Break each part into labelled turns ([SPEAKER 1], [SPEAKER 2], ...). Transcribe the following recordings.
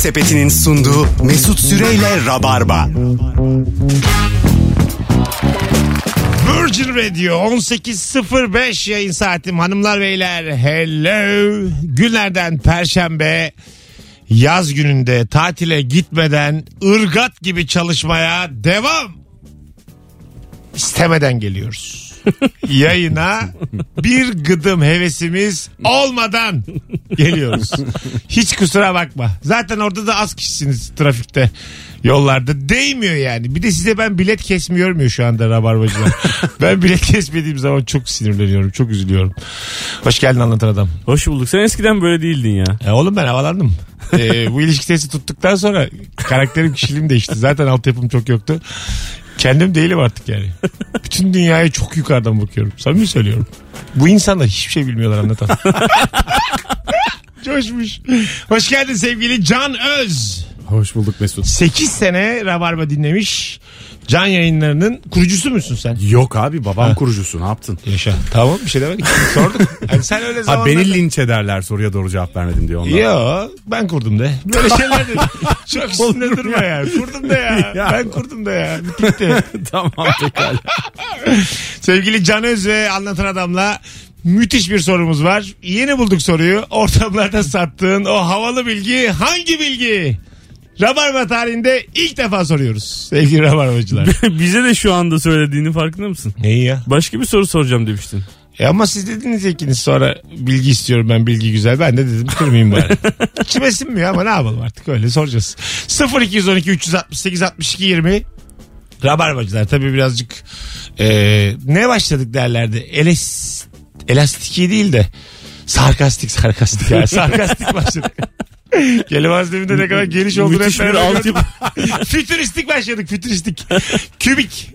[SPEAKER 1] Sepeti'nin sunduğu Mesut Süreyle Rabarba.
[SPEAKER 2] Virgin Radio 18.05 yayın saatim hanımlar beyler. Hello. Günlerden Perşembe, yaz gününde tatile gitmeden ırgat gibi çalışmaya devam. İstemeden geliyoruz. Yayına bir gıdım hevesimiz olmadan geliyoruz. Hiç kusura bakma. Zaten orada da az kişisiniz trafikte, yollarda. Değmiyor yani. Bir de size ben bilet kesmiyorum ya şu anda rabarbacılar. Ben bilet kesmediğim zaman çok sinirleniyorum. Çok üzülüyorum. Hoş geldin Anlatan Adam.
[SPEAKER 3] Hoş bulduk. Sen eskiden böyle değildin ya.
[SPEAKER 2] Oğlum ben havalandım. Bu ilişki testi tuttuktan sonra karakterim, kişiliğim değişti. Zaten altyapım çok yoktu. Kendim değilim artık yani. Bütün dünyaya çok yukarıdan bakıyorum. Samimi söylüyorum. Bu insanlar hiçbir şey bilmiyorlar Anlatan. Coşmuş. Hoş geldin sevgili Can Öz.
[SPEAKER 4] Hoş bulduk Mesut.
[SPEAKER 2] 8 sene Rabarba dinlemiş. Can Yayınları'nın kurucusu musun sen?
[SPEAKER 4] Yok abi, babam kurucusu, ne yaptın?
[SPEAKER 2] Yaşa. Tamam, bir şey demedik. Sorduk. Yani sen öyle zamanlarda...
[SPEAKER 4] Beni linç ederler soruya doğru cevap vermedim diye ondan.
[SPEAKER 2] Yo, ben kurdum de. Böyle şeyler dedim. Çok üstünde durma ya. Kurdum da ya. Ben kurdum da ya. Bitti.
[SPEAKER 4] Tamam, pekala.
[SPEAKER 2] Sevgili Can Öz ve Anlatan Adam'la müthiş bir sorumuz var. Yeni bulduk soruyu. Ortamlarda sattığın o havalı bilgi hangi bilgi? Rabarba tarihinde ilk defa soruyoruz sevgili Rabarbacılar.
[SPEAKER 3] Bize de şu anda söylediğinin farkında mısın?
[SPEAKER 2] Neyi ya?
[SPEAKER 3] Başka bir soru soracağım demiştin.
[SPEAKER 2] Ama siz dediniz ya ikiniz, sonra bilgi istiyorum ben, bilgi güzel. Ben de dedim kırmayayım bari. İçime sinmiyor ama ne yapalım artık, öyle soracağız. 0212 368 62 20 Rabarbacılar tabii birazcık ne başladık derlerdi, elastiki değil de sarkastik yani. Sarkastik başladık. Kelime hazneminde ne kadar geniş olduğunu hep beraber fütüristik başladık, fütüristik. Kübik.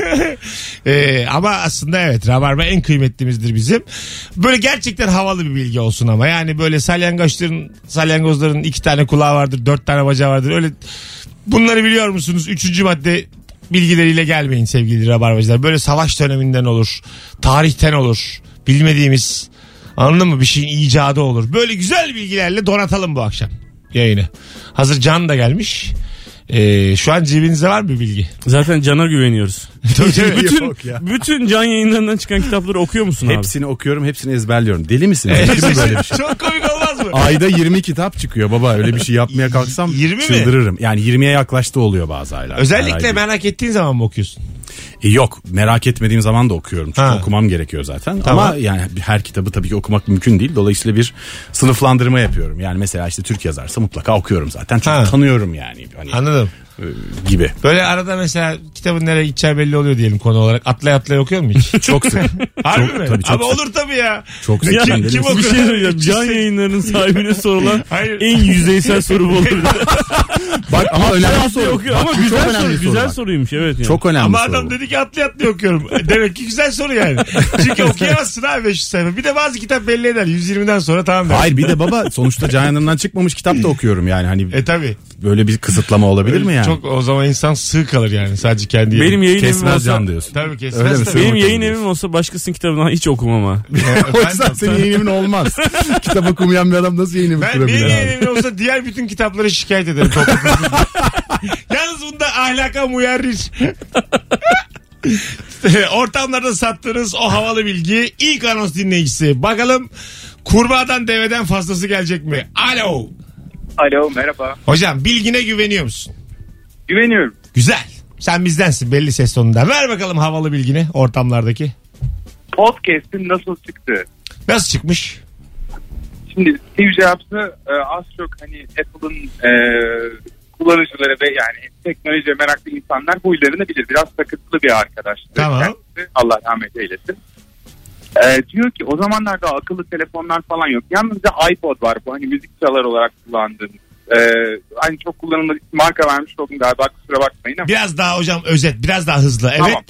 [SPEAKER 2] Ama aslında evet, Rabarba en kıymetlimizdir bizim. Böyle gerçekten havalı bir bilgi olsun ama. Yani böyle salyangozların 2 tane kulağı vardır, 4 tane bacağı vardır. Öyle, bunları biliyor musunuz? 3. madde bilgileriyle gelmeyin sevgili Rabarbacılar. Böyle savaş döneminden olur, tarihten olur, bilmediğimiz... Anladın mı? Bir şeyin icadı olur. Böyle güzel bilgilerle donatalım bu akşam yayını. Hazır Can da gelmiş. Şu an cebinizde var mı bir bilgi?
[SPEAKER 3] Zaten Can'a güveniyoruz.
[SPEAKER 4] Ya.
[SPEAKER 3] bütün Can Yayınları'ndan çıkan kitapları okuyor musun abi?
[SPEAKER 4] Hepsini okuyorum, hepsini ezberliyorum. Deli misin? Böyle bir şey.
[SPEAKER 2] Çok komik olmaz mı?
[SPEAKER 4] Ayda 20 kitap çıkıyor baba. Öyle bir şey yapmaya kalksam
[SPEAKER 2] 20
[SPEAKER 4] çıldırırım. Mi? Yani 20'ye yaklaştı oluyor bazı aylar.
[SPEAKER 2] Özellikle merak ettiğin zaman mı okuyorsun?
[SPEAKER 4] Yok, merak etmediğim zaman da okuyorum. Çünkü okumam gerekiyor zaten. Tamam. Ama yani her kitabı tabii ki okumak mümkün değil. Dolayısıyla bir sınıflandırma yapıyorum. Yani mesela işte Türk yazarsa mutlaka okuyorum zaten. Çünkü tanıyorum yani. Hani,
[SPEAKER 2] anladım.
[SPEAKER 4] Gibi.
[SPEAKER 2] Böyle arada mesela kitabın nereye gideceği belli oluyor diyelim konu olarak. Atlaya okuyor mu hiç?
[SPEAKER 4] Çok sık.
[SPEAKER 2] Harbi mi?
[SPEAKER 4] Tabii, çok
[SPEAKER 2] ama
[SPEAKER 4] sık.
[SPEAKER 2] olur tabii ya.
[SPEAKER 4] Çok sık.
[SPEAKER 2] Kim okur?
[SPEAKER 3] Bir şey söyleyeceğim. Can Yayınları'nın sahibine sorulan en yüzeysel soru bu olur.
[SPEAKER 4] Bak ama önemli soru.
[SPEAKER 3] Okuyor. Ama güzel soruymuş evet. Yani.
[SPEAKER 4] Çok önemli
[SPEAKER 2] ama
[SPEAKER 4] soru.
[SPEAKER 2] adam dedi ki atlaya okuyorum. Demek ki güzel soru yani. Çünkü okuyamazsın abi 500 sayfa. Bir de bazı kitap belli eder. 120'den sonra tamam der.
[SPEAKER 4] Hayır, bir de baba sonuçta Can Yayınları'ndan çıkmamış kitap da okuyorum yani. Hani
[SPEAKER 2] tabii.
[SPEAKER 4] Böyle bir kısıtlama olabilir mi yani?
[SPEAKER 2] Çok, o zaman insan sığ kalır yani sadece kendi.
[SPEAKER 3] Benim yayın evim
[SPEAKER 4] kesmez
[SPEAKER 3] olsa,
[SPEAKER 4] can diyorsun.
[SPEAKER 2] Tabii kesmez. Tabii.
[SPEAKER 3] Benim yayın evim olsa başkasının kitabını hiç okumam ha.
[SPEAKER 4] O yüzden senin yayın evin olmaz. Kitap okumayan bir adam nasıl yayın evi kurabilir
[SPEAKER 2] benim
[SPEAKER 4] abi?
[SPEAKER 2] yayın evim olsa diğer bütün kitapları şikayet ederim. Yalnız bunda ahlaka muyarrir. Ortamlarda sattığınız o havalı bilgi, ilk anons dinleyicisi. Bakalım kurbağadan deveden fazlası gelecek mi? Alo.
[SPEAKER 5] Alo, merhaba.
[SPEAKER 2] Hocam bilgine güveniyor musun?
[SPEAKER 5] Güveniyorum.
[SPEAKER 2] Güzel. Sen bizdensin belli ses tonunda. Ver bakalım havalı bilgini ortamlardaki.
[SPEAKER 5] Podcast'in nasıl çıktı?
[SPEAKER 2] Nasıl çıkmış?
[SPEAKER 5] Şimdi Steve Jobs'ı az çok hani Apple'ın kullanıcıları ve yani teknolojiye meraklı insanlar huylarını bilir. Biraz takıntılı bir arkadaştı.
[SPEAKER 2] Tamam.
[SPEAKER 5] Kendisi, Allah rahmet eylesin. Diyor ki o zamanlarda akıllı telefonlar falan yok. Yalnızca iPod var, bu hani müzik çalar olarak kullandığımız. Hani çok kullanılmadı, marka vermiş oldum galiba, kusura bakmayın ama.
[SPEAKER 2] Biraz daha hocam özet, biraz daha hızlı. Evet.
[SPEAKER 5] Tamam.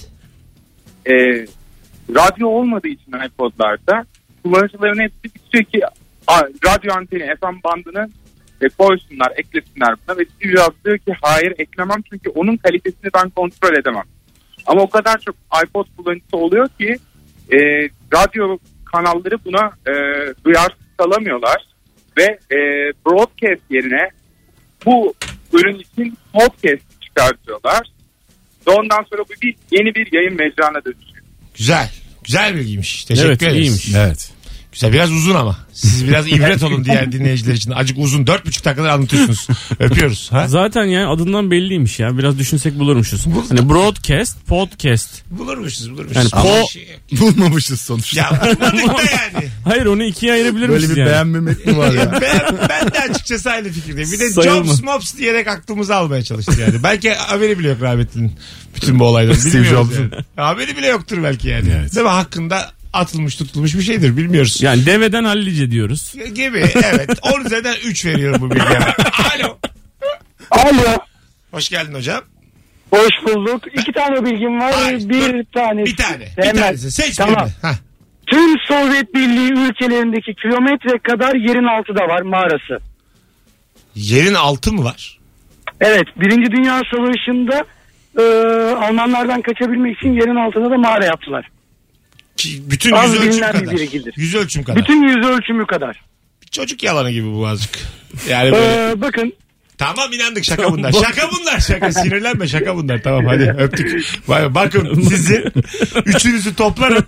[SPEAKER 5] Radyo olmadığı için iPod'larda kullanıcıların hepsi istiyor ki radyo anteni, FM bandını koysunlar, eklesinler buna ve Steve Jobs diyor ki hayır eklemem çünkü onun kalitesini ben kontrol edemem. Ama o kadar çok iPod kullanıcısı oluyor ki radyo kanalları buna duyarsız kalamıyorlar ve broadcast yerine bu ürün için podcast çıkartıyorlar. Ve ondan sonra bu yeni bir yayın mecrana dönüşüyor.
[SPEAKER 2] Güzel. Güzel bilgiymiş. Teşekkür ederiz.
[SPEAKER 3] İyiymiş.
[SPEAKER 4] Evet.
[SPEAKER 2] Güzel, biraz uzun ama. Siz biraz ibret olun diğer dinleyiciler için. Acık uzun. 4,5 dakikada anlatıyorsunuz. Öpüyoruz. Ha?
[SPEAKER 3] Zaten yani adından belliymiş ya. Biraz düşünsek bulurmuşuz. Hani broadcast, podcast.
[SPEAKER 2] Bulurmuşuz.
[SPEAKER 3] Yani
[SPEAKER 4] Bulmamışız sonuçta.
[SPEAKER 2] Ya bulmadık da yani.
[SPEAKER 3] Hayır, onu ikiye ayırabilir
[SPEAKER 4] Böyle
[SPEAKER 3] miyiz
[SPEAKER 4] bir
[SPEAKER 3] yani?
[SPEAKER 4] beğenmemek mi var ya?
[SPEAKER 2] Ben de açıkçası aynı fikirdeyim. Bir de
[SPEAKER 3] Sayılma.
[SPEAKER 2] Jobs Mops diyerek aklımızı almaya çalıştı yani. Belki haberi bile yok rahmetlinin bütün bu olayları.
[SPEAKER 4] Steve
[SPEAKER 2] Bilmiyoruz
[SPEAKER 4] Jobs'un.
[SPEAKER 2] yani. Haberi bile yoktur belki yani.
[SPEAKER 4] Evet.
[SPEAKER 2] Değil mi? Hakkında atılmış tutulmuş bir şeydir, bilmiyoruz.
[SPEAKER 3] Yani deveden hallice diyoruz.
[SPEAKER 2] Gibi, evet. 10 üzerinden 3 veriyorum bu bilgiye. Alo.
[SPEAKER 6] Alo.
[SPEAKER 2] Hoş geldin hocam.
[SPEAKER 6] Hoş bulduk. 2 tane bilgim var.
[SPEAKER 2] Hayır,
[SPEAKER 6] bir tane.
[SPEAKER 2] Bir tane. Bir
[SPEAKER 6] Hemen.
[SPEAKER 2] tanesi. Seç
[SPEAKER 6] Tamam.
[SPEAKER 2] birini. Hah.
[SPEAKER 6] Tüm Sovyet Birliği ülkelerindeki kilometre kadar yerin altı da var mağarası.
[SPEAKER 2] Yerin altı mı var?
[SPEAKER 6] Evet. 1. Dünya Savaşı'nda Almanlardan kaçabilmek için yerin altına da mağara yaptılar.
[SPEAKER 2] Bütün
[SPEAKER 6] Az
[SPEAKER 2] yüz ölçüm
[SPEAKER 6] bilinen bir
[SPEAKER 2] kadar.
[SPEAKER 6] bilgidir.
[SPEAKER 2] Yüz ölçüm kadar.
[SPEAKER 6] Bütün yüz ölçümü kadar.
[SPEAKER 2] Çocuk yalanı gibi bu azıcık. Yani böyle.
[SPEAKER 6] Bakın.
[SPEAKER 2] Tamam, inandık, şaka bunlar. Şaka bunlar, şaka. Sinirlenme, şaka bunlar. Tamam, hadi öptük. Bakın sizi üçünüzü toplarım.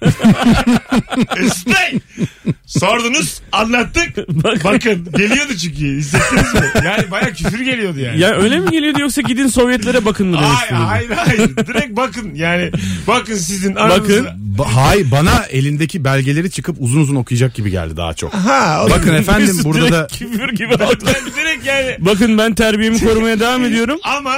[SPEAKER 2] Üstleyin. Sordunuz, anlattık. Bakın geliyordu çünkü, hissettiniz mi? Yani baya küfür geliyordu yani.
[SPEAKER 3] Ya öyle mi geliyordu, yoksa gidin Sovyetlere bakın mı demek istedin?
[SPEAKER 2] Hayır. Direkt bakın yani. Bakın sizin aranızda.
[SPEAKER 3] Bakın.
[SPEAKER 4] Hayır, bana elindeki belgeleri çıkıp uzun uzun okuyacak gibi geldi daha çok.
[SPEAKER 2] Ha,
[SPEAKER 4] Bakın efendim burada
[SPEAKER 3] Direkt
[SPEAKER 4] da
[SPEAKER 3] küfür gibi.
[SPEAKER 2] Ben direkt yani.
[SPEAKER 3] Bakın ben terbiyemi korumaya devam ediyorum.
[SPEAKER 2] Ama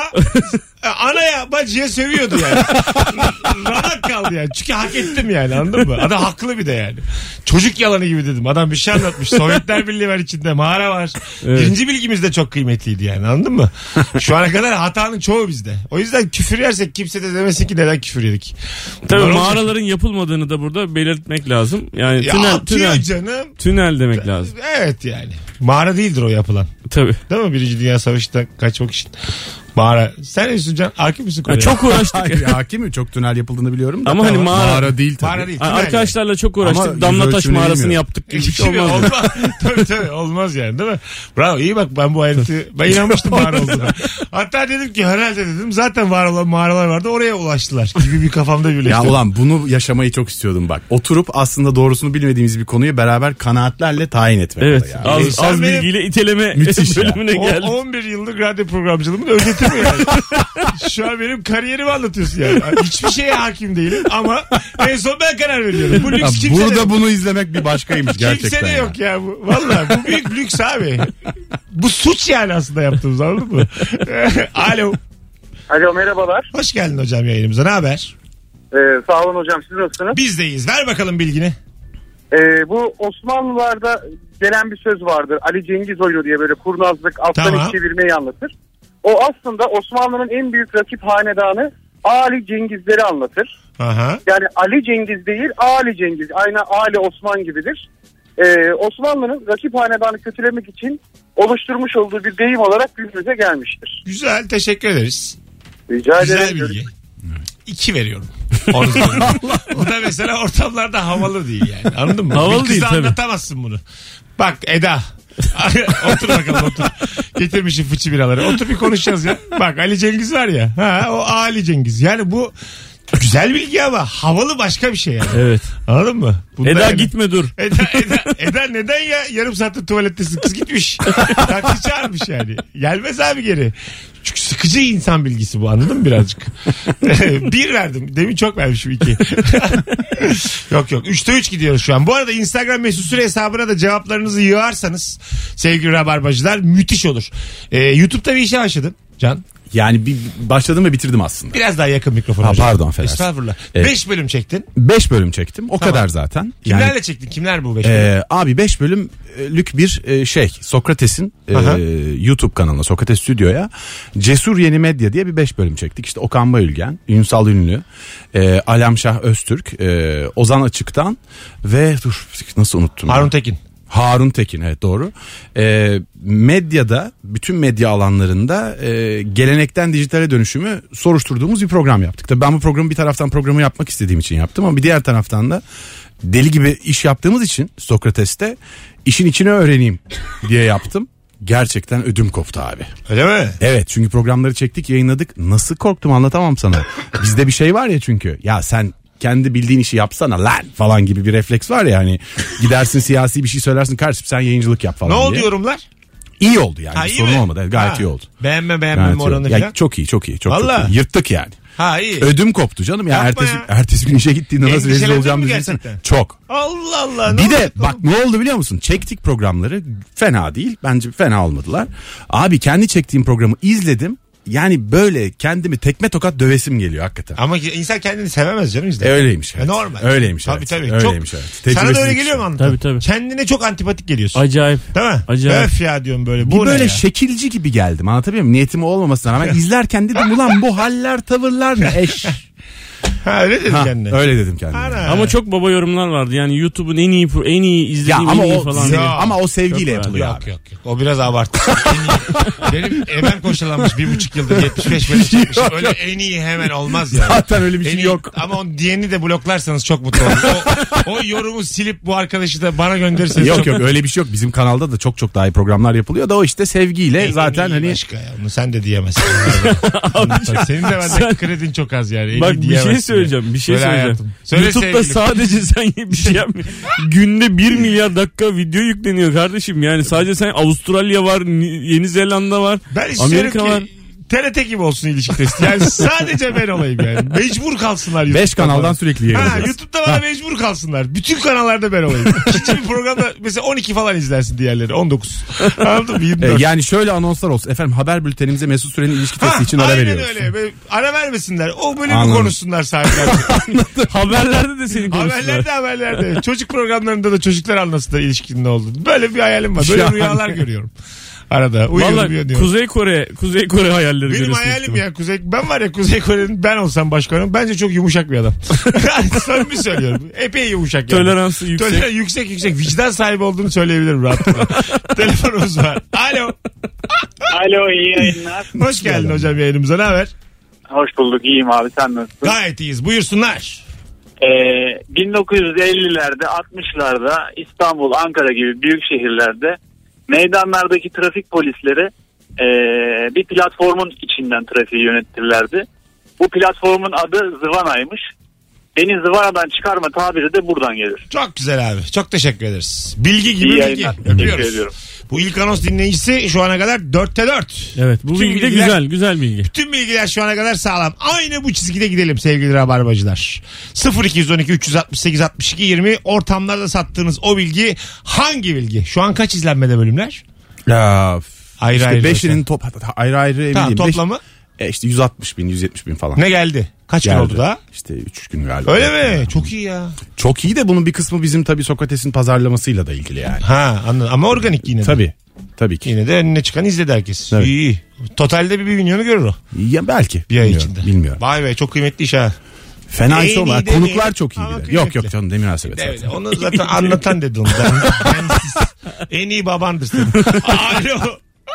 [SPEAKER 2] anaya bacıya sövüyordu yani. Rahat kaldı yani. Çünkü hak ettim yani, anladın mı? Adam haklı bir de yani. Çocuk yalanı gibi dedim. Adam bir şey anlatmış. Sovyetler Birliği var içinde. Mağara var.
[SPEAKER 3] Evet.
[SPEAKER 2] Birinci bilgimiz de çok kıymetliydi yani, anladın mı? Şu ana kadar hatanın çoğu bizde. O yüzden küfür yersek kimse de demesin ki neden küfür yedik.
[SPEAKER 3] Tabii
[SPEAKER 2] Bunlar
[SPEAKER 3] mağaraların yapılmadığını da burada belirtmek lazım. Yani
[SPEAKER 2] ya atıyor canım.
[SPEAKER 3] Tünel demek lazım.
[SPEAKER 2] Evet yani. Mağara değildir o yapılan.
[SPEAKER 3] Tabii.
[SPEAKER 2] Değil mi? Birinci Dünya Savaşı'ndan kaçmak için. Mağara. Sen ne diyorsun Can? Hakim misin konuya?
[SPEAKER 3] Çok uğraştık.
[SPEAKER 4] Hayır, hakimim, çok tünel yapıldığını biliyorum da.
[SPEAKER 3] Ama hani
[SPEAKER 4] mağara değil tabii.
[SPEAKER 2] Mağara değil.
[SPEAKER 3] Arkadaşlarla çok
[SPEAKER 4] Ama
[SPEAKER 3] uğraştık.
[SPEAKER 4] yüz
[SPEAKER 3] Damlataş
[SPEAKER 4] ölçümünü
[SPEAKER 3] mağarasını
[SPEAKER 4] bilmiyorum.
[SPEAKER 3] yaptık gibi bir şey olmaz.
[SPEAKER 2] Olmaz. tabii olmaz yani, değil mi? Bravo, iyi bak, ben bu ayrıntıyı ben inanmıştım mağara olduğuna. Hatta dedim ki herhalde dedim zaten var olan mağaralar vardı, oraya ulaştılar gibi bir kafamda birleşti.
[SPEAKER 4] Ya ulan bunu yaşamayı çok istiyordum bak. Oturup aslında doğrusunu bilmediğimiz bir konuyu beraber kanaatlerle tayin etmek.
[SPEAKER 3] Evet.
[SPEAKER 4] Ya.
[SPEAKER 3] Az
[SPEAKER 2] Sen benim-
[SPEAKER 3] bilgiyle iteleme
[SPEAKER 4] Müthiş ya.
[SPEAKER 3] bölümüne geldik.
[SPEAKER 2] 11 yıllık radyo programcılığımın özeti mi yani? Şu an benim kariyerimi anlatıyorsun yani. Hiçbir şeye hakim değilim ama en son ben karar veriyorum. Bu
[SPEAKER 4] Ya
[SPEAKER 2] lüks kimse de
[SPEAKER 4] burada
[SPEAKER 2] yok.
[SPEAKER 4] bunu izlemek bir başkaymış gerçekten.
[SPEAKER 2] Kimse de
[SPEAKER 4] ya.
[SPEAKER 2] yok ya bu. Vallahi bu büyük lüks abi. Bu suç yani aslında yaptığımız, anladın mı? Alo.
[SPEAKER 5] Alo, merhabalar.
[SPEAKER 2] Hoş geldin hocam yayınımıza. Ne haber?
[SPEAKER 5] Sağ olun hocam, siz nasılsınız?
[SPEAKER 2] Biz deyiz. Ver bakalım bilgini.
[SPEAKER 5] Bu Osmanlılarda gelen bir söz vardır. Ali Cengizoğlu diye, böyle kurnazlık, alttan
[SPEAKER 2] Tamam.
[SPEAKER 5] çevirmeyi anlatır. O aslında Osmanlı'nın en büyük rakip hanedanı Ali Cengizleri anlatır.
[SPEAKER 2] Aha.
[SPEAKER 5] Yani Ali Cengiz değil, Ali Cengiz. Aynı Ali Osman gibidir. Osmanlı'nın rakip hanedanı kötülemek için oluşturmuş olduğu bir deyim olarak günümüze gelmiştir.
[SPEAKER 2] Güzel, teşekkür ederiz.
[SPEAKER 5] Rica
[SPEAKER 2] Güzel
[SPEAKER 5] ederim.
[SPEAKER 2] bilgi. 2 veriyorum. Bu da mesela ortamlarda havalı değil yani. Anladın mı?
[SPEAKER 3] Havalı
[SPEAKER 2] Bir
[SPEAKER 3] değil,
[SPEAKER 2] kıza
[SPEAKER 3] tabii.
[SPEAKER 2] anlatamazsın bunu. Bak Eda. Otur bakalım, otur. Getirmişim fıçı biraları. Otur bir konuşacağız ya. Bak Ali Cengiz var ya. Ha, o Ali Cengiz. Yani bu güzel bilgi ama havalı başka bir şey yani.
[SPEAKER 3] Evet.
[SPEAKER 2] Anladın mı? Bunda
[SPEAKER 3] Eda
[SPEAKER 2] yani-
[SPEAKER 3] gitme dur.
[SPEAKER 2] Eda neden ya? Yarım saattir tuvalettesin. Kız gitmiş. Taksi çağırmış yani. Gelmez abi geri. Çünkü sıkıcı insan bilgisi bu, anladın mı birazcık? 1 verdim. Demin çok vermişim 2. Yok 3'te 3 gidiyoruz şu an. Bu arada Instagram mesut süre hesabına da cevaplarınızı yığarsanız sevgili rabarbacılar müthiş olur. YouTube'da bir işe başladım Can.
[SPEAKER 4] Yani bir başladım ve bitirdim aslında.
[SPEAKER 2] Biraz daha yakın mikrofona.
[SPEAKER 4] Ha,
[SPEAKER 2] hocam.
[SPEAKER 4] pardon, affedersin.
[SPEAKER 2] Estağfurullah.
[SPEAKER 4] Evet.
[SPEAKER 2] 5 bölüm çektin.
[SPEAKER 4] 5 bölüm çektim. O
[SPEAKER 2] Tamam.
[SPEAKER 4] kadar zaten.
[SPEAKER 2] Kimlerle çektin? Kimler bu 5 bölüm?
[SPEAKER 4] Abi 5 bölümlük bir Sokrates'in
[SPEAKER 2] Aha.
[SPEAKER 4] YouTube kanalına, Sokrates Stüdyo'ya Cesur Yeni Medya diye bir 5 bölüm çektik. İşte Okan Bayülgen, Ünsal Ünlü, Alamşah Öztürk, Ozan Açık'tan ve nasıl unuttum? Harun Tekin, evet doğru. Medyada, bütün medya alanlarında gelenekten dijitale dönüşümü soruşturduğumuz bir program yaptık. Tabii ben bu programı bir taraftan programı yapmak istediğim için yaptım ama bir diğer taraftan da deli gibi iş yaptığımız için Sokrates'te işin içine öğreneyim diye yaptım. gerçekten ödüm koptu abi.
[SPEAKER 2] Öyle mi?
[SPEAKER 4] Evet, çünkü programları çektik, yayınladık. Nasıl korktum anlatamam sana. Bizde bir şey var ya çünkü. Ya sen kendi bildiğin işi yapsana lan falan gibi bir refleks var ya, hani gidersin siyasi bir şey söylersin, kardeşim sen yayıncılık yap falan
[SPEAKER 2] ne
[SPEAKER 4] diye.
[SPEAKER 2] oldu yorumlar?
[SPEAKER 4] İyi oldu yani. Bir sorun olmadı. Gayet iyi oldu.
[SPEAKER 2] Beğenme oranı
[SPEAKER 4] ya,
[SPEAKER 2] falan.
[SPEAKER 4] çok iyi. Çok
[SPEAKER 2] Vallahi.
[SPEAKER 4] iyi. Yırttık yani.
[SPEAKER 2] Ha iyi.
[SPEAKER 4] Ödüm koptu canım ya.
[SPEAKER 2] Yapma
[SPEAKER 4] Ertesi gün işe gittiğinde nasıl rezil
[SPEAKER 2] Endişelendin
[SPEAKER 4] olacağımı
[SPEAKER 2] mi
[SPEAKER 4] düşünsene.
[SPEAKER 2] gerçekten?
[SPEAKER 4] Çok.
[SPEAKER 2] Allah Allah.
[SPEAKER 4] Bir de bak ne oldu biliyor musun? Çektik programları, fena değil. Bence fena olmadılar. Abi kendi çektiğim programı izledim. Yani böyle kendimi tekme tokat dövesim geliyor hakikaten.
[SPEAKER 2] Ama insan kendini sevemez canım izle.
[SPEAKER 4] Öyleymiş. Evet.
[SPEAKER 2] Normal.
[SPEAKER 4] Öyleymiş.
[SPEAKER 2] Tabii
[SPEAKER 4] evet.
[SPEAKER 2] tabii.
[SPEAKER 4] Öyleymiş,
[SPEAKER 2] çok,
[SPEAKER 4] evet.
[SPEAKER 2] sana da öyle geliyor mu anlatan?
[SPEAKER 3] Tabii.
[SPEAKER 2] Kendine çok antipatik geliyorsun.
[SPEAKER 3] Acayip.
[SPEAKER 2] Değil mi?
[SPEAKER 3] Acayip.
[SPEAKER 2] Öf ya diyorum böyle.
[SPEAKER 4] Bir
[SPEAKER 2] Bu
[SPEAKER 4] böyle
[SPEAKER 2] ne ya?
[SPEAKER 4] şekilci gibi geldim, anlatabiliyor muyum? Niyetim olmamasına rağmen izlerken dedim ulan bu haller tavırlar ne eş.
[SPEAKER 2] Ha öyle dedin kendine.
[SPEAKER 4] Öyle dedim kendime.
[SPEAKER 2] Ana.
[SPEAKER 3] Ama çok baba yorumlar vardı. Yani YouTube'un en iyi
[SPEAKER 4] Ya
[SPEAKER 3] izlediğim
[SPEAKER 4] ama
[SPEAKER 3] en iyi
[SPEAKER 4] o
[SPEAKER 3] falan.
[SPEAKER 4] senin-
[SPEAKER 3] diye.
[SPEAKER 4] ama o sevgiyle
[SPEAKER 3] Çok
[SPEAKER 4] yapılıyor
[SPEAKER 2] Yok
[SPEAKER 4] abi.
[SPEAKER 2] yok. O biraz abartı. Benim hemen koşulanmış 1,5 yıldır 75 bölüm çekmişim. Öyle en iyi hemen olmaz yani.
[SPEAKER 4] Zaten öyle bir
[SPEAKER 2] En
[SPEAKER 4] şey
[SPEAKER 2] iyi-
[SPEAKER 4] yok.
[SPEAKER 2] Ama o diyeni de bloklarsanız çok mutlu olurum. O yorumu silip bu arkadaşı da bana gönderirseniz
[SPEAKER 4] Yok
[SPEAKER 2] çok
[SPEAKER 4] yok öyle bir şey yok. Bizim kanalda da çok daha iyi programlar yapılıyor da o işte sevgiyle
[SPEAKER 2] En
[SPEAKER 4] zaten
[SPEAKER 2] iyi
[SPEAKER 4] hani
[SPEAKER 2] başka ya. Bunu sen de diyemezsin. Bak, senin de bende kredin çok az yani. En
[SPEAKER 3] Bak
[SPEAKER 2] iyi
[SPEAKER 3] bir
[SPEAKER 2] diyemezsin
[SPEAKER 3] şey söyleyeceğim.
[SPEAKER 2] ya.
[SPEAKER 3] Bir şey
[SPEAKER 2] Söyle
[SPEAKER 3] söyleyeceğim.
[SPEAKER 2] hayatım. Söyle
[SPEAKER 3] YouTube'da
[SPEAKER 2] sevgilim.
[SPEAKER 3] sadece sen bir şey yapmıyorsun. Günde 1 milyar dakika video yükleniyor kardeşim. Yani sadece sen Avustralya var, Yeni Zelanda var,
[SPEAKER 2] Ben istiyorum
[SPEAKER 3] Amerika var.
[SPEAKER 2] ki TRT gibi olsun ilişki testi. Yani sadece ben olayım yani. Mecbur kalsınlar YouTube'da.
[SPEAKER 4] 5 kanaldan sürekli
[SPEAKER 2] Ha,
[SPEAKER 4] yayınlıyoruz.
[SPEAKER 2] YouTube'da bana mecbur kalsınlar. Bütün kanallarda ben olayım. İkinci bir programda mesela 12 falan izlersin diğerleri. 19. Anladın mı? 24.
[SPEAKER 4] Yani şöyle anonslar olsun. Efendim haber bültenimize Mesut Süren'in ilişki testi için ara veriyoruz.
[SPEAKER 2] Aynen öyle. Böyle ara vermesinler. O bölümü
[SPEAKER 4] Anladım.
[SPEAKER 2] konuşsunlar saatlerce.
[SPEAKER 3] Haberlerde de seni konuştular.
[SPEAKER 2] Haberlerde. Çocuk programlarında da çocuklar anlasınlar ilişkinin ne olduğunu. Böyle bir hayalim var. Böyle
[SPEAKER 4] Yani.
[SPEAKER 2] rüyalar görüyorum. Arada uyuyorum
[SPEAKER 3] Valla
[SPEAKER 2] uyanıyorum.
[SPEAKER 3] Kuzey Kore hayalleri
[SPEAKER 2] Benim
[SPEAKER 3] görüyorsun
[SPEAKER 2] hayalim
[SPEAKER 3] işte.
[SPEAKER 2] ya ben var ya Kuzey Kore'nin ben olsam başkanım bence çok yumuşak bir adam. Samimi söylüyorum. Epey yumuşak yani.
[SPEAKER 3] Toleransı yüksek.
[SPEAKER 2] Yüksek. Vicdan sahibi olduğunu söyleyebilirim rahatlıkla. Telefonumuz var. Alo.
[SPEAKER 7] Alo, iyi yayınlar.
[SPEAKER 2] Hoş geldin hocam yayınımıza. Ne haber?
[SPEAKER 7] Hoş bulduk, iyiyim abi, sen nasılsın?
[SPEAKER 2] Gayet iyiyiz. Buyursunlar.
[SPEAKER 7] 1950'lerde 60'larda İstanbul, Ankara gibi büyük şehirlerde meydanlardaki trafik polisleri bir platformun içinden trafiği yönetirlerdi. Bu platformun adı Zıvana'ymış. Beni Zıvana'dan çıkarma tabiri de buradan gelir.
[SPEAKER 2] Çok güzel abi. Çok teşekkür ederiz. Bilgi gibi
[SPEAKER 7] İyi
[SPEAKER 2] bilgi.
[SPEAKER 7] yayınlar. Teşekkür
[SPEAKER 2] Öpüyoruz.
[SPEAKER 7] ediyorum.
[SPEAKER 2] Bu ilk anons dinleyicisi şu ana kadar 4'te 4.
[SPEAKER 3] Evet bu
[SPEAKER 2] Bütün
[SPEAKER 3] bilgi de
[SPEAKER 2] bilgiler-
[SPEAKER 3] güzel bilgi.
[SPEAKER 2] Tüm bilgiler şu ana kadar sağlam. Aynı bu çizgide gidelim sevgili rabarbacılar. 0212 368 62 20 ortamlarda sattığınız o bilgi hangi bilgi? Şu an kaç izlenmede bölümler?
[SPEAKER 4] Ya
[SPEAKER 2] Ayrı
[SPEAKER 4] işte
[SPEAKER 2] ayrı
[SPEAKER 4] 5'inin ayrı eminim.
[SPEAKER 2] Tamam toplamı
[SPEAKER 4] İşte 160 bin 170 bin falan.
[SPEAKER 2] ne geldi? Kaç gün
[SPEAKER 4] Geldi.
[SPEAKER 2] oldu daha?
[SPEAKER 4] İşte 3 gün galiba.
[SPEAKER 2] Öyle mi? Çok iyi ya.
[SPEAKER 4] Çok iyi de bunun bir kısmı bizim tabii Sokrates'in pazarlamasıyla da ilgili yani.
[SPEAKER 2] Ha anladım ama organik yine de.
[SPEAKER 4] Tabii ki.
[SPEAKER 2] Yine de önüne çıkan izledi herkes.
[SPEAKER 4] Evet.
[SPEAKER 2] İyi. Totalde bir milyonu görür o.
[SPEAKER 4] Ya belki.
[SPEAKER 2] Bir ay
[SPEAKER 4] Bilmiyorum,
[SPEAKER 2] içinde.
[SPEAKER 4] Bilmiyorum.
[SPEAKER 2] Vay be çok kıymetli iş ha.
[SPEAKER 4] Fena
[SPEAKER 2] En
[SPEAKER 4] iş olma.
[SPEAKER 2] iyi demeyelim
[SPEAKER 4] Konuklar çok iyi
[SPEAKER 2] ama
[SPEAKER 4] bilir.
[SPEAKER 2] kıymetli.
[SPEAKER 4] Yok canım ne münasebet.
[SPEAKER 2] Evet,
[SPEAKER 4] zaten.
[SPEAKER 2] onu zaten anlatan dedi onu. Ben siz, en iyi babandır senin. Alo.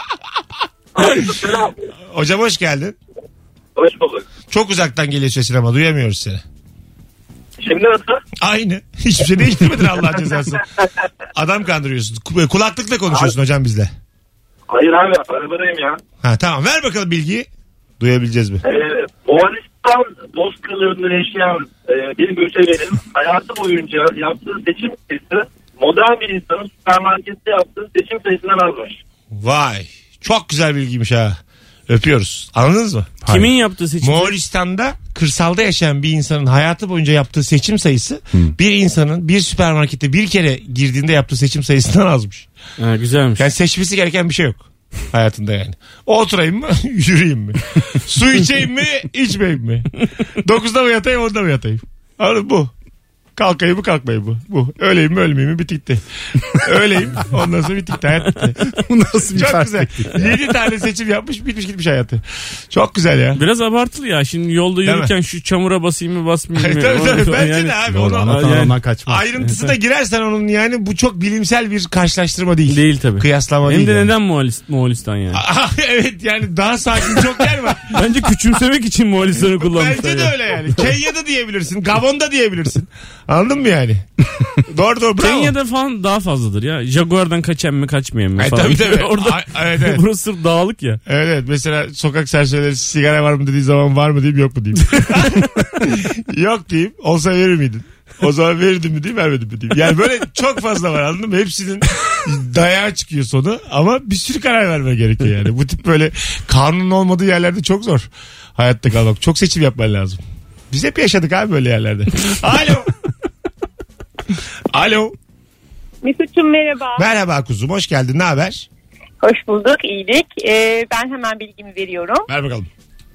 [SPEAKER 2] Hocam hoş geldin.
[SPEAKER 7] Hoş bulduk.
[SPEAKER 2] Çok uzaktan geliyor sesin ama duyamıyoruz seni.
[SPEAKER 7] Şimdi nasıl?
[SPEAKER 2] Aynı. Hiçbir şey değiştirmedin Allah cezası. Adam kandırıyorsun. Kulaklıkla konuşuyorsun hocam bizle.
[SPEAKER 7] Hayır abi, arabadayım ya.
[SPEAKER 2] Ha tamam ver bakalım bilgiyi. Duyabileceğiz mi?
[SPEAKER 7] Moğolistan bozkırlarında yaşayan bir göçebenin hayatı boyunca yaptığı seçim sayısı modern bir insanın süpermarkette yaptığı seçim sayısından azmış.
[SPEAKER 2] Vay. Çok güzel bilgiymiş ha. Öpüyoruz. Anladınız mı?
[SPEAKER 3] Kimin yaptığı seçim?
[SPEAKER 2] Moğolistan'da kırsalda yaşayan bir insanın hayatı boyunca yaptığı seçim sayısı bir insanın bir süpermarkete bir kere girdiğinde yaptığı seçim sayısından azmış.
[SPEAKER 3] Ha, güzelmiş.
[SPEAKER 2] Yani seçmesi gereken bir şey yok hayatında yani. Oturayım mı? Yürüyeyim mi? Su içeyim mi? İçmeyeyim mi? 9'da mı yatayım 10'da mı yatayım? Anladın bu. Kalkayım mı kalkmayayım mı? Bu. Öleyim mi ölmeyeyim mi? Bitikti. Öleyim. Ondan sonra bitikti. Hayat bitti.
[SPEAKER 4] Bu nasıl bir
[SPEAKER 2] Çok güzel.
[SPEAKER 4] perspektif?
[SPEAKER 2] 7 tane seçim yapmış bitmiş gitmiş hayatı. Çok güzel ya.
[SPEAKER 3] Biraz abartılı ya. Şimdi yolda
[SPEAKER 2] Değil
[SPEAKER 3] yürürken şu çamura basayım mı basmayayım mı?
[SPEAKER 2] Tabii, bence
[SPEAKER 3] Yani-
[SPEAKER 2] de abi.
[SPEAKER 4] Doğru,
[SPEAKER 2] Onu,
[SPEAKER 4] anlatan
[SPEAKER 3] yani-
[SPEAKER 4] ondan kaçmaz.
[SPEAKER 2] ayrıntısına girersen onun yani bu çok bilimsel bir karşılaştırma değil.
[SPEAKER 3] Değil tabii.
[SPEAKER 2] Kıyaslama
[SPEAKER 3] Hem
[SPEAKER 2] değil.
[SPEAKER 3] de
[SPEAKER 2] yani.
[SPEAKER 3] neden Moğolistan yani?
[SPEAKER 2] Evet yani daha sakin çok yer var.
[SPEAKER 3] Bence küçümsemek için Moğolistan'ı kullanmışlar.
[SPEAKER 2] Bence de
[SPEAKER 3] ya.
[SPEAKER 2] öyle yani. Kenya'da diyebilirsin. Gabon'da diyebilirsin. Anladın mı yani? Doğru bravo.
[SPEAKER 3] Kenya'da falan daha fazladır ya. Jaguar'dan kaçan mı kaçmayan mı falan.
[SPEAKER 2] Tabii.
[SPEAKER 3] Orada
[SPEAKER 2] Evet.
[SPEAKER 3] burası sırf dağlık ya.
[SPEAKER 2] Evet mesela sokak serserileri sigara var mı dediği zaman var mı diyeyim yok mu diyeyim. Yok diyeyim. Olsa verir miydin? O zaman verirdim mi diyeyim vermedim mi diyeyim. Yani böyle çok fazla var anladın mı? Hepsinin dayağı çıkıyor sonu ama bir sürü karar verme gerekiyor yani. Bu tip böyle kanunun olmadığı yerlerde çok zor hayatta kalmak. Çok seçim yapman lazım. Biz hep yaşadık abi böyle yerlerde. Alo. Alo.
[SPEAKER 8] Mesut'cum merhaba.
[SPEAKER 2] Merhaba kuzum hoş geldin ne haber?
[SPEAKER 8] Hoş bulduk iyilik. Ben hemen bilgimi veriyorum.
[SPEAKER 2] Ver bakalım.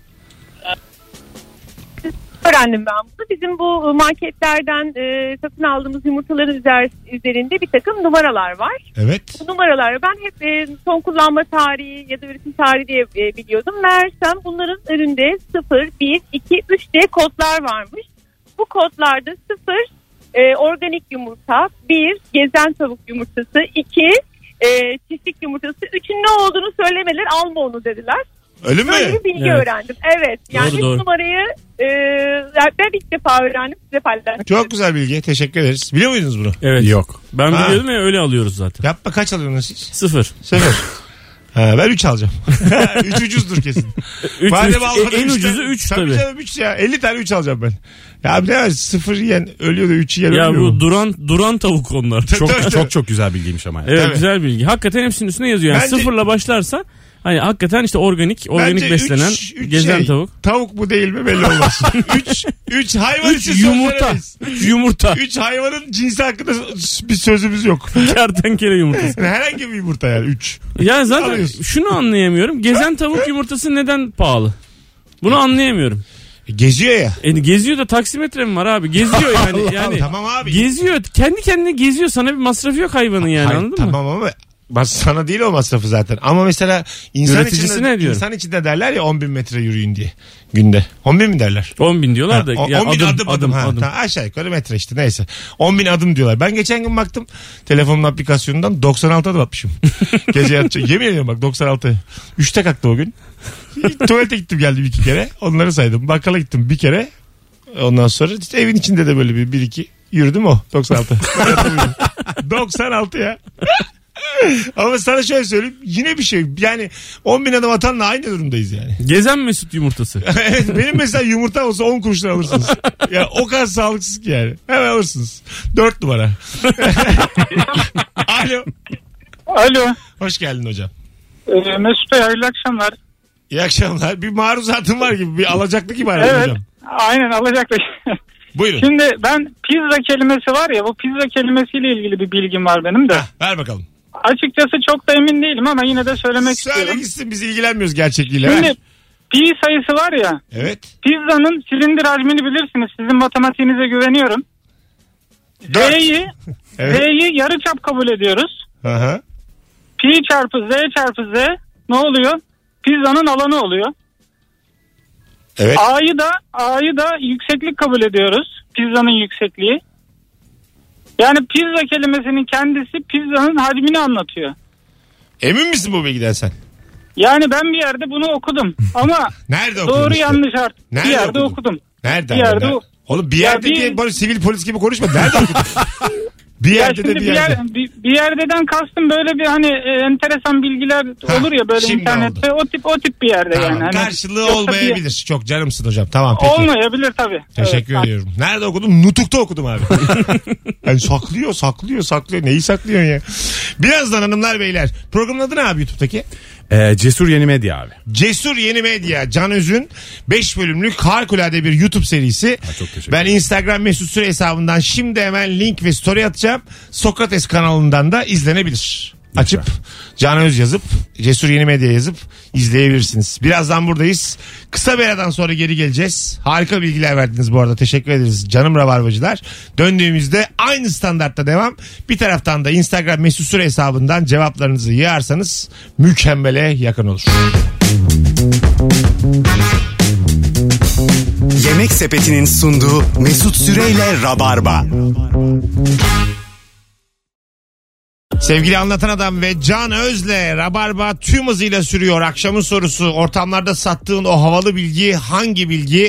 [SPEAKER 8] Öğrendim ben bunu. Bizim bu marketlerden satın aldığımız yumurtaların üzerinde bir takım numaralar var.
[SPEAKER 2] Evet.
[SPEAKER 8] Bu numaraları ben hep son kullanma tarihi ya da üretim tarihi diye biliyordum. Meğersem bunların önünde 0, 1, 2, 3 diye kodlar varmış. Bu kodlarda 0 organik yumurta, 1 gezen tavuk yumurtası, 2 çiftlik yumurtası, 3'ün ne olduğunu söylemeler, alma onu dediler.
[SPEAKER 2] Öyle mi?
[SPEAKER 8] Böyle bir bilgi öğrendim. Evet. Yani
[SPEAKER 3] doğru.
[SPEAKER 8] numarayı ben ilk defa öğrendim. Size paylaştım.
[SPEAKER 2] Çok güzel bilgi. Teşekkür ederiz. Biliyor muydunuz bunu?
[SPEAKER 3] Evet.
[SPEAKER 4] Yok.
[SPEAKER 3] Ben biliyordum ya öyle alıyoruz zaten.
[SPEAKER 2] Yapma kaç alıyorsunuz siz?
[SPEAKER 3] 0.
[SPEAKER 2] 0. Ben 3 alacağım. 3 ucuzdur kesin. Madem almadım
[SPEAKER 3] en
[SPEAKER 2] üç
[SPEAKER 3] ucuzu
[SPEAKER 2] tane-
[SPEAKER 3] 3
[SPEAKER 2] Tabii
[SPEAKER 3] tabii.
[SPEAKER 2] canım 3 ya. 50 tane 3 alacağım ben. Ya bir de var 0 yiyen ölüyor da 3 yiyen
[SPEAKER 3] Ya
[SPEAKER 2] ölmüyor
[SPEAKER 3] bu
[SPEAKER 2] mu?
[SPEAKER 3] duran tavuk onlar.
[SPEAKER 4] Çok güzel bilgiymiş ama.
[SPEAKER 3] Evet
[SPEAKER 2] Tabii.
[SPEAKER 3] güzel bilgi. Hakikaten hepsinin üstüne yazıyor. Yani
[SPEAKER 2] Bence-
[SPEAKER 3] 0'la başlarsa hani hakikaten işte organik
[SPEAKER 2] Bence
[SPEAKER 3] beslenen
[SPEAKER 2] üç
[SPEAKER 3] gezen
[SPEAKER 2] şey,
[SPEAKER 3] tavuk.
[SPEAKER 2] Tavuk mu değil mi belli olmaz. 3 hayvan
[SPEAKER 3] 3
[SPEAKER 2] için
[SPEAKER 3] yumurta. 3 yumurta.
[SPEAKER 2] 3 hayvanın cinsi hakkında bir sözümüz yok.
[SPEAKER 3] Kertenkele yumurtası.
[SPEAKER 2] Yani herhangi bir yumurta yani 3.
[SPEAKER 3] Ya zaten
[SPEAKER 2] Alıyorsun.
[SPEAKER 3] şunu anlayamıyorum. Gezen tavuk yumurtası neden pahalı? Bunu anlayamıyorum.
[SPEAKER 2] Geziyor ya.
[SPEAKER 3] Geziyor da taksimetre mi var abi? Geziyor yani.
[SPEAKER 2] Tamam abi.
[SPEAKER 3] Geziyor. Kendi kendine geziyor. Sana bir masrafı yok hayvanın yani
[SPEAKER 2] Hayır,
[SPEAKER 3] anladın mı?
[SPEAKER 2] tamam ama sana değil o masrafı zaten. Ama mesela
[SPEAKER 3] Üreticisine diyorum.
[SPEAKER 2] insan içinde derler ya 10.000 metre yürüyün diye günde. 10.000 mi derler?
[SPEAKER 3] 10.000 diyorlar da.
[SPEAKER 2] 10.000 adım. Ha, tamam, aşağı yukarı metre işte neyse. 10.000 adım diyorlar. Ben geçen gün baktım telefonun aplikasyonundan 96 adım atmışım. Gece yatacağım. Yemin ediyorum bak 96. 3'te kalktı o gün. Tuvalete gittim geldim 2 kere. Onları saydım. Bakkala gittim bir kere. Ondan sonra işte evin içinde de böyle bir iki yürüdüm o 96. 96 ya. Ama sana şöyle söyleyeyim yine bir şey yani 10.000 adım atanla aynı durumdayız yani.
[SPEAKER 3] Gezen Mesut yumurtası.
[SPEAKER 2] Evet benim mesela yumurta olsa 10 kuruştan alırsınız. Ya o kadar sağlıksız ki yani. Hemen alırsınız. 4 numara. Alo.
[SPEAKER 6] Alo.
[SPEAKER 2] Hoş geldin hocam.
[SPEAKER 6] Mesut Bey hayırlı akşamlar.
[SPEAKER 2] İyi akşamlar. Bir maruzatın var gibi bir alacaklı gibi herhalde
[SPEAKER 6] Evet.
[SPEAKER 2] hocam.
[SPEAKER 6] Aynen alacaklar.
[SPEAKER 2] Buyurun.
[SPEAKER 6] Şimdi ben pizza kelimesi var ya bu pizza kelimesiyle ilgili bir bilgim var benim de.
[SPEAKER 2] Ver bakalım.
[SPEAKER 6] Açıkçası çok da emin değilim ama yine de söylemek
[SPEAKER 2] Söyle
[SPEAKER 6] istiyorum.
[SPEAKER 2] gitsin biz ilgilenmiyoruz gerçekliğiyle.
[SPEAKER 6] Şimdi
[SPEAKER 2] Ver.
[SPEAKER 6] pi sayısı var ya
[SPEAKER 2] Evet.
[SPEAKER 6] pizzanın silindir hacmini bilirsiniz. Sizin matematiğinize güveniyorum.
[SPEAKER 2] 4.
[SPEAKER 6] Z'yi
[SPEAKER 2] Evet.
[SPEAKER 6] Z'yi yarıçap kabul ediyoruz.
[SPEAKER 2] Aha.
[SPEAKER 6] Pi çarpı Z çarpı Z ne oluyor? Pizzanın alanı oluyor.
[SPEAKER 2] Evet.
[SPEAKER 6] A'yı da yükseklik kabul ediyoruz. Pizzanın yüksekliği. Yani pizza kelimesinin kendisi pizzanın hacmini anlatıyor.
[SPEAKER 2] Emin misin bu bilgiden sen?
[SPEAKER 6] Yani ben bir yerde bunu okudum ama
[SPEAKER 2] Nerede okudun
[SPEAKER 6] doğru
[SPEAKER 2] işte?
[SPEAKER 6] yanlış artık.
[SPEAKER 2] Nerede
[SPEAKER 6] Bir yerde
[SPEAKER 2] okudun?
[SPEAKER 6] okudum.
[SPEAKER 2] Nerede?
[SPEAKER 6] Bir yerde
[SPEAKER 2] Nerede? Oğlum bir
[SPEAKER 6] Ya
[SPEAKER 2] yerde
[SPEAKER 6] bir-
[SPEAKER 2] diye böyle sivil polis gibi konuşma. Nerede okudun? Bir
[SPEAKER 6] Ya
[SPEAKER 2] yerde de
[SPEAKER 6] şimdi
[SPEAKER 2] bir yerde.
[SPEAKER 6] bir yerdeden kastım böyle bir hani enteresan bilgiler olur ya böyle
[SPEAKER 2] şimdi
[SPEAKER 6] internette o tip bir yerde
[SPEAKER 2] Tamam,
[SPEAKER 6] yani. Hani
[SPEAKER 2] karşılığı
[SPEAKER 6] yoksa
[SPEAKER 2] olmayabilir. Çok canımsın hocam. Tamam peki.
[SPEAKER 6] Olmayabilir tabii.
[SPEAKER 2] Teşekkür
[SPEAKER 6] Evet,
[SPEAKER 2] ediyorum. Nerede okudum? Nutuk'ta okudum abi. Yani saklıyor. Neyi saklıyorsun ya? Birazdan hanımlar beyler. Programın adı ne abi YouTube'daki?
[SPEAKER 4] Cesur Yeni Medya abi.
[SPEAKER 2] Cesur Yeni Medya. Can Öz'ün 5 bölümlük harikulade bir YouTube serisi.
[SPEAKER 4] çok teşekkür
[SPEAKER 2] Ben Instagram Mesut Süre hesabından şimdi hemen link ve story atacağım. Sokrates kanalından da izlenebilir. Açıp Can Öz yazıp Cesur Yeni Medya yazıp izleyebilirsiniz. Birazdan buradayız. Kısa bir aradan sonra geri geleceğiz. Harika bilgiler verdiniz bu arada. Teşekkür ederiz canım rabarbacılar. Döndüğümüzde aynı standartta devam. Bir taraftan da Instagram Mesut Süre hesabından cevaplarınızı yığarsanız mükemmele yakın olur.
[SPEAKER 1] Yemek Sepeti'nin sunduğu Mesut Süreyle Rabarba.
[SPEAKER 2] Sevgili Anlatan Adam ve Can Öz'le Rabarba tüm hızıyla sürüyor. Akşamın sorusu, ortamlarda sattığın o havalı bilgi hangi bilgi?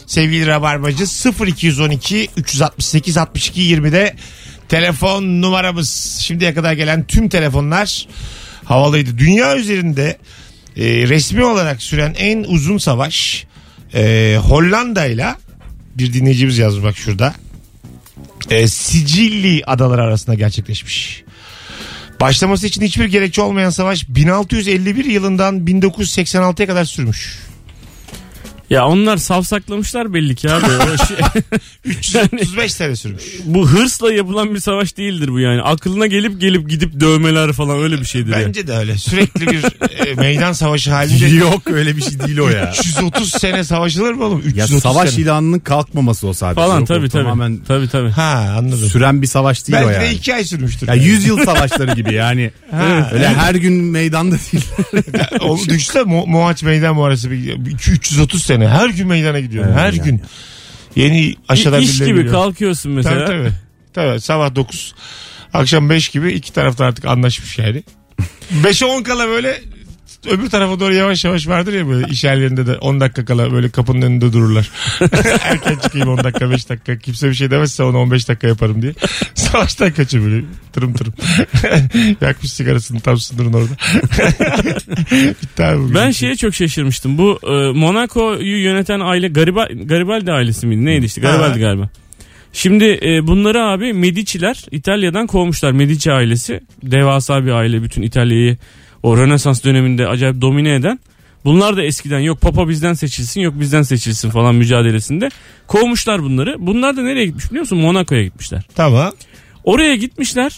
[SPEAKER 2] sevgili Rabarbacı. 0212 368 62 20'de telefon numaramız. Şimdiye kadar gelen tüm telefonlar havalıydı. Dünya üzerinde resmi olarak süren en uzun savaş Hollanda'yla, bir dinleyicimiz yazmış bak şurada, Sicilli adaları arasında gerçekleşmiş. Başlaması için hiçbir gerekçe olmayan savaş 1651 yılından 1986'ya kadar sürmüş.
[SPEAKER 3] Ya onlar savsaklamışlar belli ki abi.
[SPEAKER 2] 335 sene sürmüş.
[SPEAKER 3] Bu hırsla yapılan bir savaş değildir bu yani. Aklına gelip gidip dövmeler falan öyle bir şeydir.
[SPEAKER 2] Bence
[SPEAKER 3] ya.
[SPEAKER 2] de öyle. Sürekli bir meydan savaşı halinde.
[SPEAKER 4] Yok öyle bir şey değil o ya.
[SPEAKER 2] 330 sene savaşılır mı oğlum? 330
[SPEAKER 4] Ya savaş
[SPEAKER 2] sene.
[SPEAKER 4] ilanının kalkmaması o sadece.
[SPEAKER 3] Falan
[SPEAKER 4] Yok,
[SPEAKER 3] tabii.
[SPEAKER 4] Tamamen
[SPEAKER 3] Tabii.
[SPEAKER 2] Ha, anladım.
[SPEAKER 4] süren bir savaş değil
[SPEAKER 2] Belki
[SPEAKER 4] o yani.
[SPEAKER 2] de 2 ay sürmüştür.
[SPEAKER 4] Ya 100 yıl savaşları gibi yani. Öyle her gün meydanda değil.
[SPEAKER 2] O düşünsene Mohaç Meydan Muharebesi 330 sene her gün meydana gidiyorum.
[SPEAKER 4] Evet,
[SPEAKER 2] her
[SPEAKER 4] yani.
[SPEAKER 2] gün. Yeni aşağıdan
[SPEAKER 3] İş gibi
[SPEAKER 2] geliyor.
[SPEAKER 3] kalkıyorsun mesela.
[SPEAKER 2] Tabii. Sabah 9 akşam 5 gibi iki tarafta artık anlaşmış yani. 5'e 10 kala böyle öbür tarafa doğru yavaş yavaş vardır ya, böyle iş yerlerinde de 10 dakika kala böyle kapının önünde dururlar. Erken çıkayım 10 dakika 5 dakika, kimse bir şey demezse onu 15 dakika yaparım diye. Savaştan kaçıyor böyle tırım. Yakmış sigarasını tam sınırın orada. Bitti abi bugün.
[SPEAKER 3] Ben şeye çok şaşırmıştım. Bu Monaco'yu yöneten aile Garibaldi ailesi miydi? Neydi işte? Garibaldi galiba. Şimdi bunları abi Medici'ler İtalya'dan kovmuşlar. Medici ailesi devasa bir aile, bütün İtalya'yı o Rönesans döneminde acayip domine eden. Bunlar da eskiden yok Papa bizden seçilsin, yok bizden seçilsin falan mücadelesinde kovmuşlar bunları. Bunlar da nereye gitmiş biliyor musun? Monaco'ya gitmişler.
[SPEAKER 2] Tamam.
[SPEAKER 3] Oraya gitmişler.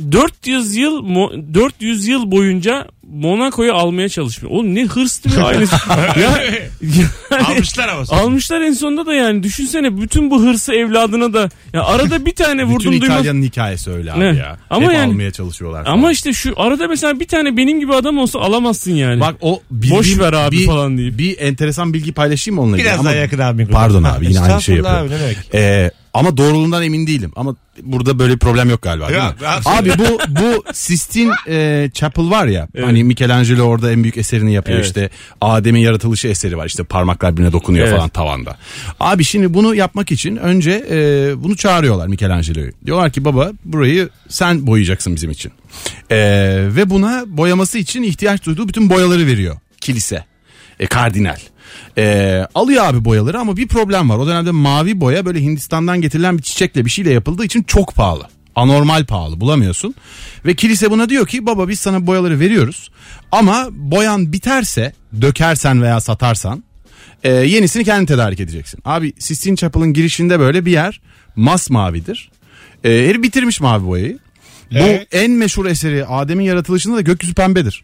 [SPEAKER 3] 400 yıl boyunca Monaco'yu almaya çalışmış. Oğlum ne hırslı bir ailesi.
[SPEAKER 2] Almışlar ama sonra.
[SPEAKER 3] Almışlar en sonunda da yani. Düşünsene bütün bu hırsı evladına da. Ya arada bir tane vurdum
[SPEAKER 4] Bütün
[SPEAKER 3] duymaz.
[SPEAKER 4] İtalya'nın hikayesi öyle abi
[SPEAKER 3] Ne?
[SPEAKER 4] ya.
[SPEAKER 3] Ama
[SPEAKER 4] Hep
[SPEAKER 3] yani,
[SPEAKER 4] almaya çalışıyorlar falan.
[SPEAKER 3] ama işte şu arada mesela bir tane benim gibi adam olsa alamazsın yani.
[SPEAKER 4] Bak o
[SPEAKER 3] boş ver abi falan deyip.
[SPEAKER 4] Bir enteresan bilgi paylaşayım mı onunla ilgili?
[SPEAKER 2] Biraz daha yakın abi.
[SPEAKER 4] Pardon abi, yine aynı şey
[SPEAKER 2] Estağfurullah
[SPEAKER 4] yapıyorum.
[SPEAKER 2] abi, ne demek?
[SPEAKER 4] Ama doğruluğundan emin değilim. Ama burada böyle bir problem yok galiba, değil mi? Abi bu Sistine Chapel var ya. Evet. Hani Michelangelo orada en büyük eserini yapıyor, evet. İşte Adem'in yaratılışı eseri var. İşte parmaklar birbirine dokunuyor, evet. Falan tavanda. Abi şimdi bunu yapmak için önce bunu çağırıyorlar Michelangelo'yu. Diyorlar ki baba burayı sen boyayacaksın bizim için. Ve buna boyaması için ihtiyaç duyduğu bütün boyaları veriyor kilise. Kardinal. Alıyor abi boyaları ama bir problem var. O dönemde mavi boya böyle Hindistan'dan getirilen bir çiçekle bir şeyle yapıldığı için çok pahalı. Anormal pahalı, bulamıyorsun. Ve kilise buna diyor ki baba biz sana boyaları veriyoruz. Ama boyan biterse, dökersen veya satarsan yenisini kendin tedarik edeceksin. Abi Sistine Chapel'ın girişinde böyle bir yer masmavidir. Herif bitirmiş mavi boyayı. Bu en meşhur eseri Adem'in yaratılışında da gökyüzü pembedir.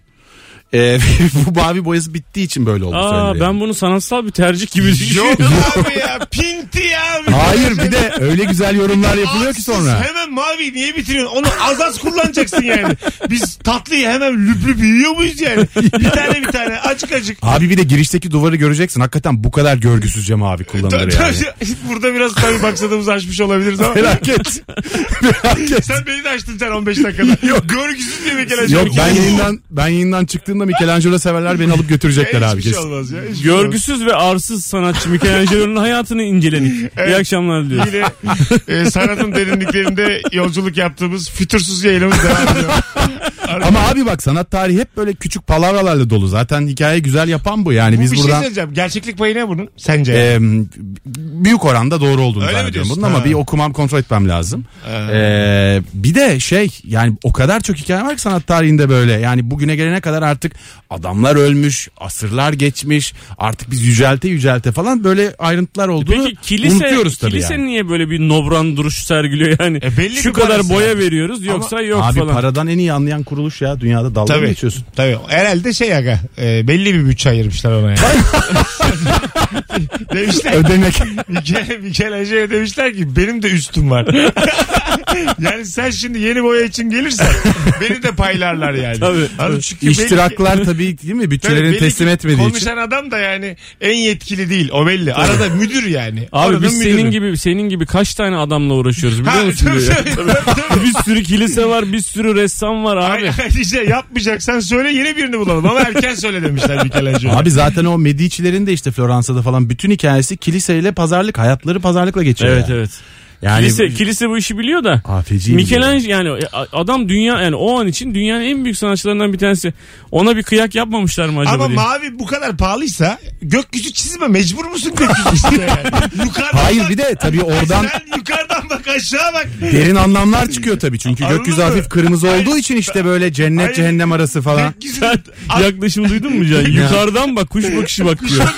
[SPEAKER 4] Bu mavi boyası bittiği için böyle oldu.
[SPEAKER 3] Ben yani. Bunu sanatsal bir tercih gibi düşünüyorum.
[SPEAKER 2] Yok abi ya, pinkti ya.
[SPEAKER 4] Hayır, bir de öyle güzel yorumlar yapılıyor ki sonra.
[SPEAKER 2] Hemen mavi niye bitiriyorsun? Onu az kullanacaksın yani. Biz tatlıyı hemen lüp yiyor muyuz yani? Bir tane açık.
[SPEAKER 4] Abi bir de girişteki duvarı göreceksin. Hakikaten bu kadar görgüsüzce mavi kullanılır yani.
[SPEAKER 2] Burada biraz tabii maksadımızı aşmış olabiliriz ama.
[SPEAKER 4] Merak et.
[SPEAKER 2] Sen beni de açtın 15 dakikada. Yok. Görgüsüz diye Michelangelo.
[SPEAKER 4] Yok, ben yayından çıktığımda Michelangelo severler beni alıp götürecekler abi.
[SPEAKER 2] Hiçbir şey olmaz ya.
[SPEAKER 3] Görgüsüz ve arsız sanatçı Michelangelo'nun hayatını inceledik. Evet. İyi akşamlar diliyoruz.
[SPEAKER 2] Yine sanatın derinliklerinde yolculuk yaptığımız fütursuz yayınımız devam ediyor.
[SPEAKER 4] Ama abi bak, sanat tarihi hep böyle küçük palavralarla dolu. Zaten hikaye güzel yapan bu. Yani biz
[SPEAKER 2] bir
[SPEAKER 4] buradan...
[SPEAKER 2] şey söyleyeceğim. Gerçeklik payı ne bunun sence?
[SPEAKER 4] Büyük oranda doğru olduğunu zannediyorum bunun, ama bir okumam, kontrol etmem lazım. Bir de yani o kadar çok hikaye var ki sanat tarihinde böyle. Yani bugüne gelene kadar artık adamlar ölmüş, asırlar geçmiş. Artık biz yücelte falan böyle ayrıntılar olduğunu unutuyoruz tabii.
[SPEAKER 3] Kilise
[SPEAKER 4] yani.
[SPEAKER 3] Niye böyle bir nobran duruş sergiliyor yani? Şu kadar boya yani veriyoruz, yoksa yok
[SPEAKER 4] abi
[SPEAKER 3] falan.
[SPEAKER 4] Abi paradan en iyi anlayan kuruluş ya. Dünyada dalga mı geçiyorsun?
[SPEAKER 2] Tabii. Herhalde aga. Belli bir bütçe ayırmışlar ona yani. Demişler.
[SPEAKER 4] Ödenek.
[SPEAKER 2] Michelangelo'ya demişler ki benim de üstüm var. Yani sen şimdi yeni boya için gelirsen beni de paylarlar yani.
[SPEAKER 4] Tabii. Çünkü İştiraklar tabii değil mi? Bütçelerini teslim etmediği için.
[SPEAKER 2] Konuşan adam da yani en yetkili değil. O belli. Arada müdür yani.
[SPEAKER 3] Abi biz senin gibi kaç tane adamla uğraşıyoruz biliyor musun? Bir sürü kilise var, bir sürü ressam var abi.
[SPEAKER 2] yapmayacaksan söyle yeni birini bulalım ama erken söyle demişler Michelangelo.
[SPEAKER 4] Abi zaten o Medici'lerin de işte Floransa'da falan bütün hikayesi kiliseyle pazarlık, hayatları pazarlıkla geçiyor.
[SPEAKER 3] Evet
[SPEAKER 4] yani.
[SPEAKER 3] evet.
[SPEAKER 4] Yani
[SPEAKER 3] kilise bu işi biliyor da. Michelangelo yani adam dünya yani o an için dünyanın en büyük sanatçılarından bir tanesi. Ona bir kıyak yapmamışlar mı acaba?
[SPEAKER 2] Ama
[SPEAKER 3] diye.
[SPEAKER 2] mavi bu kadar pahalıysa gökyüzü çizme, mecbur musun gökyüzü çizme yani? Yukarıdan
[SPEAKER 4] Hayır
[SPEAKER 2] bak.
[SPEAKER 4] bir de tabii oradan
[SPEAKER 2] Sen yukarıdan bak aşağı bak.
[SPEAKER 4] derin anlamlar çıkıyor tabii. Çünkü
[SPEAKER 2] Anladın
[SPEAKER 4] gökyüzü
[SPEAKER 2] mı?
[SPEAKER 4] hafif kırmızı olduğu için işte böyle cennet
[SPEAKER 2] Hayır.
[SPEAKER 4] cehennem arası falan.
[SPEAKER 2] Gökyüzü-
[SPEAKER 3] Yaklaşımı duydun mu Can? Yukarıdan bak kuş bakışı bak diyor.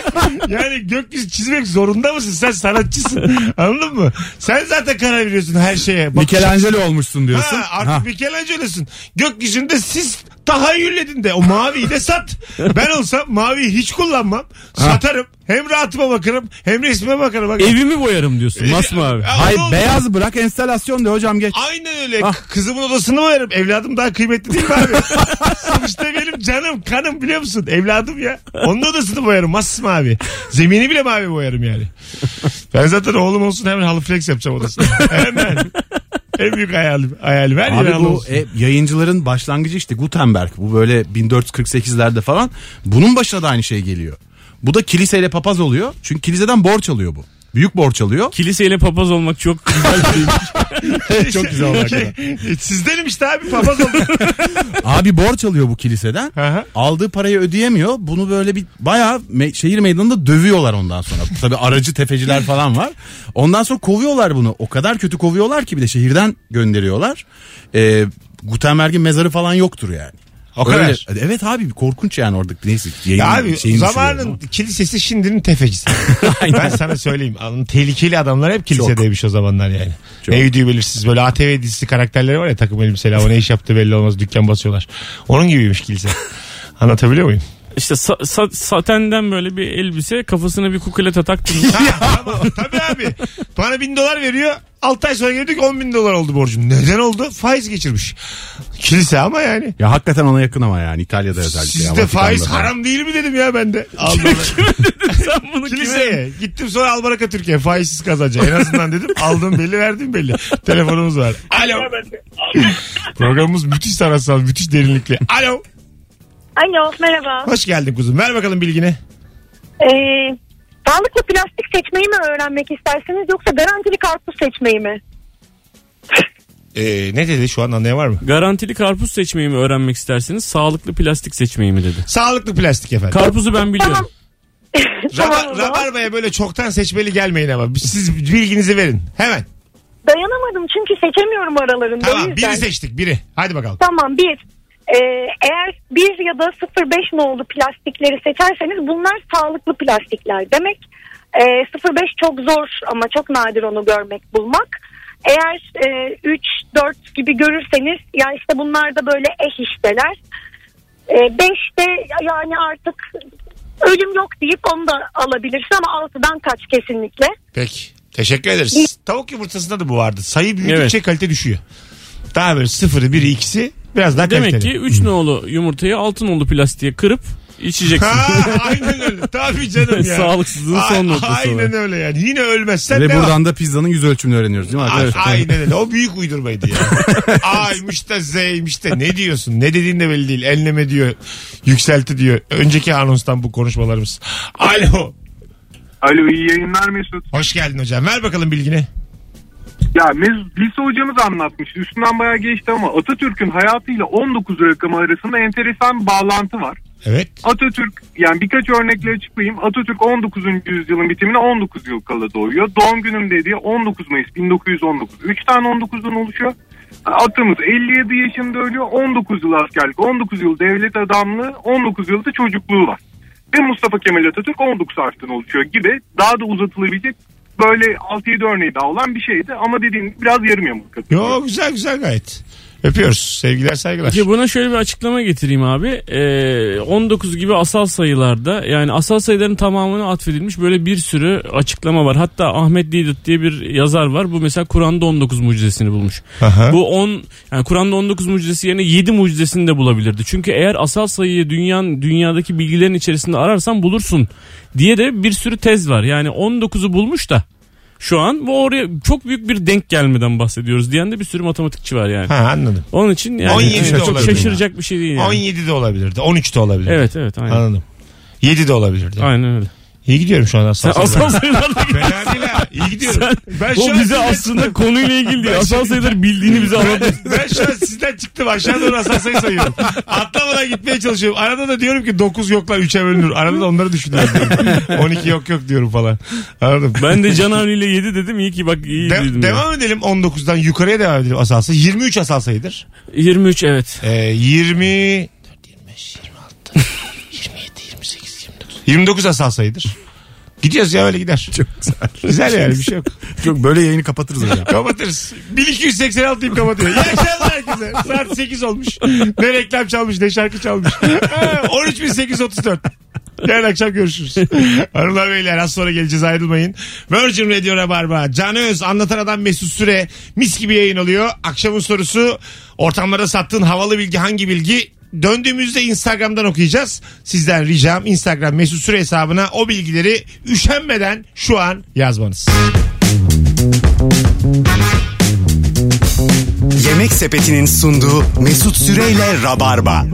[SPEAKER 2] Yani gökyüzü çizmek zorunda mısın? Sen sanatçısın. Anladın mı? Sen zaten karar veriyorsun her şeye. Bak,
[SPEAKER 4] Michelangelo olmuşsun diyorsun.
[SPEAKER 2] Ha, artık Michelangelo'sun. Gökyüzünde siz tahayyül edin de o maviyi de sat. Ben olsam maviyi hiç kullanmam. Satarım. Hem rahatıma bakarım hem resmime bakarım. Bak.
[SPEAKER 3] Evimi boyarım diyorsun masmavi.
[SPEAKER 4] Hayır
[SPEAKER 2] Ama
[SPEAKER 4] beyaz bırak enstalasyon de hocam geç.
[SPEAKER 2] aynen öyle. Kızımın odasını boyarım. Evladım daha kıymetli değil mi abi? Sonuçta benim canım kanım biliyor musun? Evladım ya. Onun odasını boyarım masmavi. Zemini bile mavi boyarım yani. Ben zaten oğlum olsun hemen halı flex yapacağım odasına. Hemen. En büyük hayalim. Her
[SPEAKER 4] Abi
[SPEAKER 2] yer halı
[SPEAKER 4] bu
[SPEAKER 2] olsun.
[SPEAKER 4] yayıncıların başlangıcı işte Gutenberg. Bu böyle 1448'lerde falan. Bunun başına da aynı şey geliyor. Bu da kiliseyle papaz oluyor. Çünkü kiliseden borç alıyor bu. Büyük borç alıyor.
[SPEAKER 3] Kiliseyle papaz olmak çok güzel bir şeymiş.
[SPEAKER 4] Çok güzel oldu.
[SPEAKER 2] Sizdenim işte abi papaz oldum.
[SPEAKER 4] Abi borç alıyor bu kiliseden.
[SPEAKER 2] Aha.
[SPEAKER 4] Aldığı parayı ödeyemiyor. Bunu böyle bir bayağı şehir meydanında dövüyorlar ondan sonra. Tabii aracı tefeciler falan var. Ondan sonra kovuyorlar bunu. O kadar kötü kovuyorlar ki bir de şehirden gönderiyorlar. Gutenberg'in mezarı falan yoktur yani.
[SPEAKER 2] O kadar.
[SPEAKER 4] Evet abi korkunç yani orada. Neyse.
[SPEAKER 2] Ya abi zamanın kilisesi şimdinin tefecisi. Ben sana söyleyeyim. Tehlikeli adamlar hep kilisedeymiş o zamanlar yani.
[SPEAKER 4] Çok.
[SPEAKER 2] Ne yürüdüğü belirsiz. Böyle ATV dizisi karakterleri var ya takım elbiseyle. O ne iş yaptığı belli olmaz. Dükkan basıyorlar. Onun gibiymiş kilise. Anlatabiliyor muyum?
[SPEAKER 3] İşte satenden böyle bir elbise kafasına bir kukuleta taktın.
[SPEAKER 2] Tamam, tabii abi. Bana $1000 veriyor. 6 ay sonra geldik $10.000 oldu borcum. Neden oldu? Faiz geçirmiş. Kilise ama yani.
[SPEAKER 4] Ya hakikaten ona yakın ama yani İtalya'da özellikle.
[SPEAKER 2] Sizde faiz haram değil mi dedim ya ben de.
[SPEAKER 3] Sen bunu
[SPEAKER 2] Kiliseye. Gittim sonra Albaraka Türkiye faizsiz kazanacak. En azından dedim. Aldığım belli verdiğim belli. Telefonumuz var. Alo. Programımız müthiş sanatsal, müthiş derinlikli. Alo.
[SPEAKER 9] Alo merhaba.
[SPEAKER 2] Hoş geldin kuzum. Ver bakalım bilgini.
[SPEAKER 9] Sağlıklı plastik seçmeyi mi öğrenmek istersiniz yoksa garantili karpuz seçmeyi mi?
[SPEAKER 2] Ne dedi şu an anlayan var mı?
[SPEAKER 3] Garantili karpuz seçmeyi mi öğrenmek istersiniz? Sağlıklı plastik seçmeyi mi dedi?
[SPEAKER 2] Sağlıklı plastik efendim.
[SPEAKER 3] Karpuzu ben biliyorum.
[SPEAKER 9] Tamam.
[SPEAKER 2] Rabarbaya böyle çoktan seçmeli gelmeyin ama. Siz bilginizi verin. Hemen.
[SPEAKER 9] Dayanamadım çünkü seçemiyorum aralarında.
[SPEAKER 2] Tamam
[SPEAKER 9] o yüzden.
[SPEAKER 2] biri seçtik biri. Hadi bakalım.
[SPEAKER 9] Tamam bir. Eğer 1 ya da 0,5 nolu plastikleri seçerseniz bunlar sağlıklı plastikler demek. 0,5 çok zor ama çok nadir onu görmek bulmak. Eğer 3, 4 gibi görürseniz ya işte bunlar da böyle işteler. 5'te yani artık ölüm yok deyip onu da alabilirsin ama 6'dan kaç kesinlikle.
[SPEAKER 2] Peki. Teşekkür ederiz. Tavuk yumurtasında da bu vardı. Sayı büyüdükçe kalite düşüyor. Daha böyle 0'ı 1'i 2'si biraz daha
[SPEAKER 3] Demek
[SPEAKER 2] kaliteli.
[SPEAKER 3] ki 3 nolu yumurtayı 6 nolu plastiğe kırıp içeceksin.
[SPEAKER 2] Aynen öyle. Tabii canım ya.
[SPEAKER 3] Sağlıksızlığın son noktası.
[SPEAKER 2] Aynen öyle yani. Yine ölmezsen
[SPEAKER 4] Ve
[SPEAKER 2] ne
[SPEAKER 4] buradan da pizzanın yüz ölçümünü öğreniyoruz değil mi arkadaşlar?
[SPEAKER 2] Aynen öyle. O büyük uydurmaydı ya. A'ymış da Z'ymiş de ne diyorsun? Ne dediğin de belli değil. Enleme diyor. Yükselti diyor. Önceki anonstan bu konuşmalarımız. Alo.
[SPEAKER 5] Alo iyi yayınlar Mesut.
[SPEAKER 2] Hoş geldin hocam. Ver bakalım bilgini.
[SPEAKER 5] Ya Mesut lise hocamız anlatmıştı. Üstünden bayağı geçti ama Atatürk'ün hayatıyla 19 rakamı arasında enteresan bir bağlantı var.
[SPEAKER 2] Evet.
[SPEAKER 5] Atatürk yani birkaç örnekle açıklayayım. Atatürk 19. yüzyılın bitimine 19 yıl kala doğuyor. Doğum günüm dediği 19 Mayıs 1919. 3 tane 19'dan oluşuyor. Atımız 57 yaşında ölüyor. 19 yıl askerlik, 19 yıl devlet adamlığı, 19 yıl da çocukluğu var. Ve Mustafa Kemal Atatürk 19 harften oluşuyor gibi daha da uzatılabilecek böyle 6-7 örneği daha olan bir şeydi. Ama dediğim gibi biraz yarım yamuk.
[SPEAKER 2] Yo güzel gayet. Öpüyoruz. Sevgiler saygılar.
[SPEAKER 3] Peki buna şöyle bir açıklama getireyim abi. 19 gibi asal sayılarda yani asal sayıların tamamına atfedilmiş böyle bir sürü açıklama var. Hatta Ahmet Didat diye bir yazar var. Bu mesela Kur'an'da 19 mucizesini bulmuş.
[SPEAKER 2] Aha.
[SPEAKER 3] Bu yani Kur'an'da 19 mucizesi yerine 7 mucizesini de bulabilirdi. Çünkü eğer asal sayıyı dünyadaki bilgilerin içerisinde ararsan bulursun diye de bir sürü tez var. Yani 19'u bulmuş da şu an. Bu oraya çok büyük bir denk gelmeden bahsediyoruz diyen de bir sürü matematikçi var yani.
[SPEAKER 2] Ha, anladım.
[SPEAKER 3] Onun için yani
[SPEAKER 2] 17 de
[SPEAKER 3] çok
[SPEAKER 2] olabilir
[SPEAKER 3] şaşıracak bir şey değil yani.
[SPEAKER 2] 17 de olabilirdi. 13 de olabilirdi.
[SPEAKER 3] Evet aynen.
[SPEAKER 2] Anladım. 7 de olabilirdi.
[SPEAKER 3] Aynen öyle.
[SPEAKER 2] İyi gidiyorum şu an asal sayılar.
[SPEAKER 3] Asal sayılarda
[SPEAKER 2] Fena değil ha. İyi gidiyorum. Ben şu
[SPEAKER 3] o
[SPEAKER 2] an
[SPEAKER 3] bize aslında konuyla ilgili değil. Asal sayıları bildiğini bize anlatıyor.
[SPEAKER 2] Ben şu an sizden çıktım. Aşağı doğru asal sayı sayıyorum. Atlamadan gitmeye çalışıyorum. Arada da diyorum ki 9 yoklar 3'e bölünür. Arada da onları düşünüyorum. 12 yok diyorum falan. Anladım.
[SPEAKER 3] Ben de Can Avni'yle 7 dedim. İyi ki bak iyi dedim.
[SPEAKER 2] Devam edelim 19'dan yukarıya devam edelim asal sayı. 23 asal sayıdır.
[SPEAKER 3] 23 evet.
[SPEAKER 2] 20 25 26 27 28 29 asal sayıdır. Gidiyoruz ya öyle gider.
[SPEAKER 4] Çok güzel.
[SPEAKER 2] Güzel yani bir şey yok.
[SPEAKER 4] Çok böyle yayını kapatırız hocam.
[SPEAKER 2] Kapatırız. 1286 deyip kapatıyor. İyi akşamlar herkese. Saat 8 olmuş. Ne reklam çalmış ne şarkı çalmış. 13834. Yarın akşam görüşürüz. Hanımlar beyler az sonra geleceğiz ayrılmayın. Virgin Radio Rabarba. Can Öz, Anlatan Adam Mesut Süre. Mis gibi yayın oluyor. Akşamın sorusu ortamlara sattığın havalı bilgi hangi bilgi? Döndüğümüzde Instagram'dan okuyacağız. Sizden ricam Instagram Mesut Süre hesabına o bilgileri üşenmeden şu an yazmanız.
[SPEAKER 1] Yemek Sepeti'nin sunduğu Mesut Süreyle Rabarba.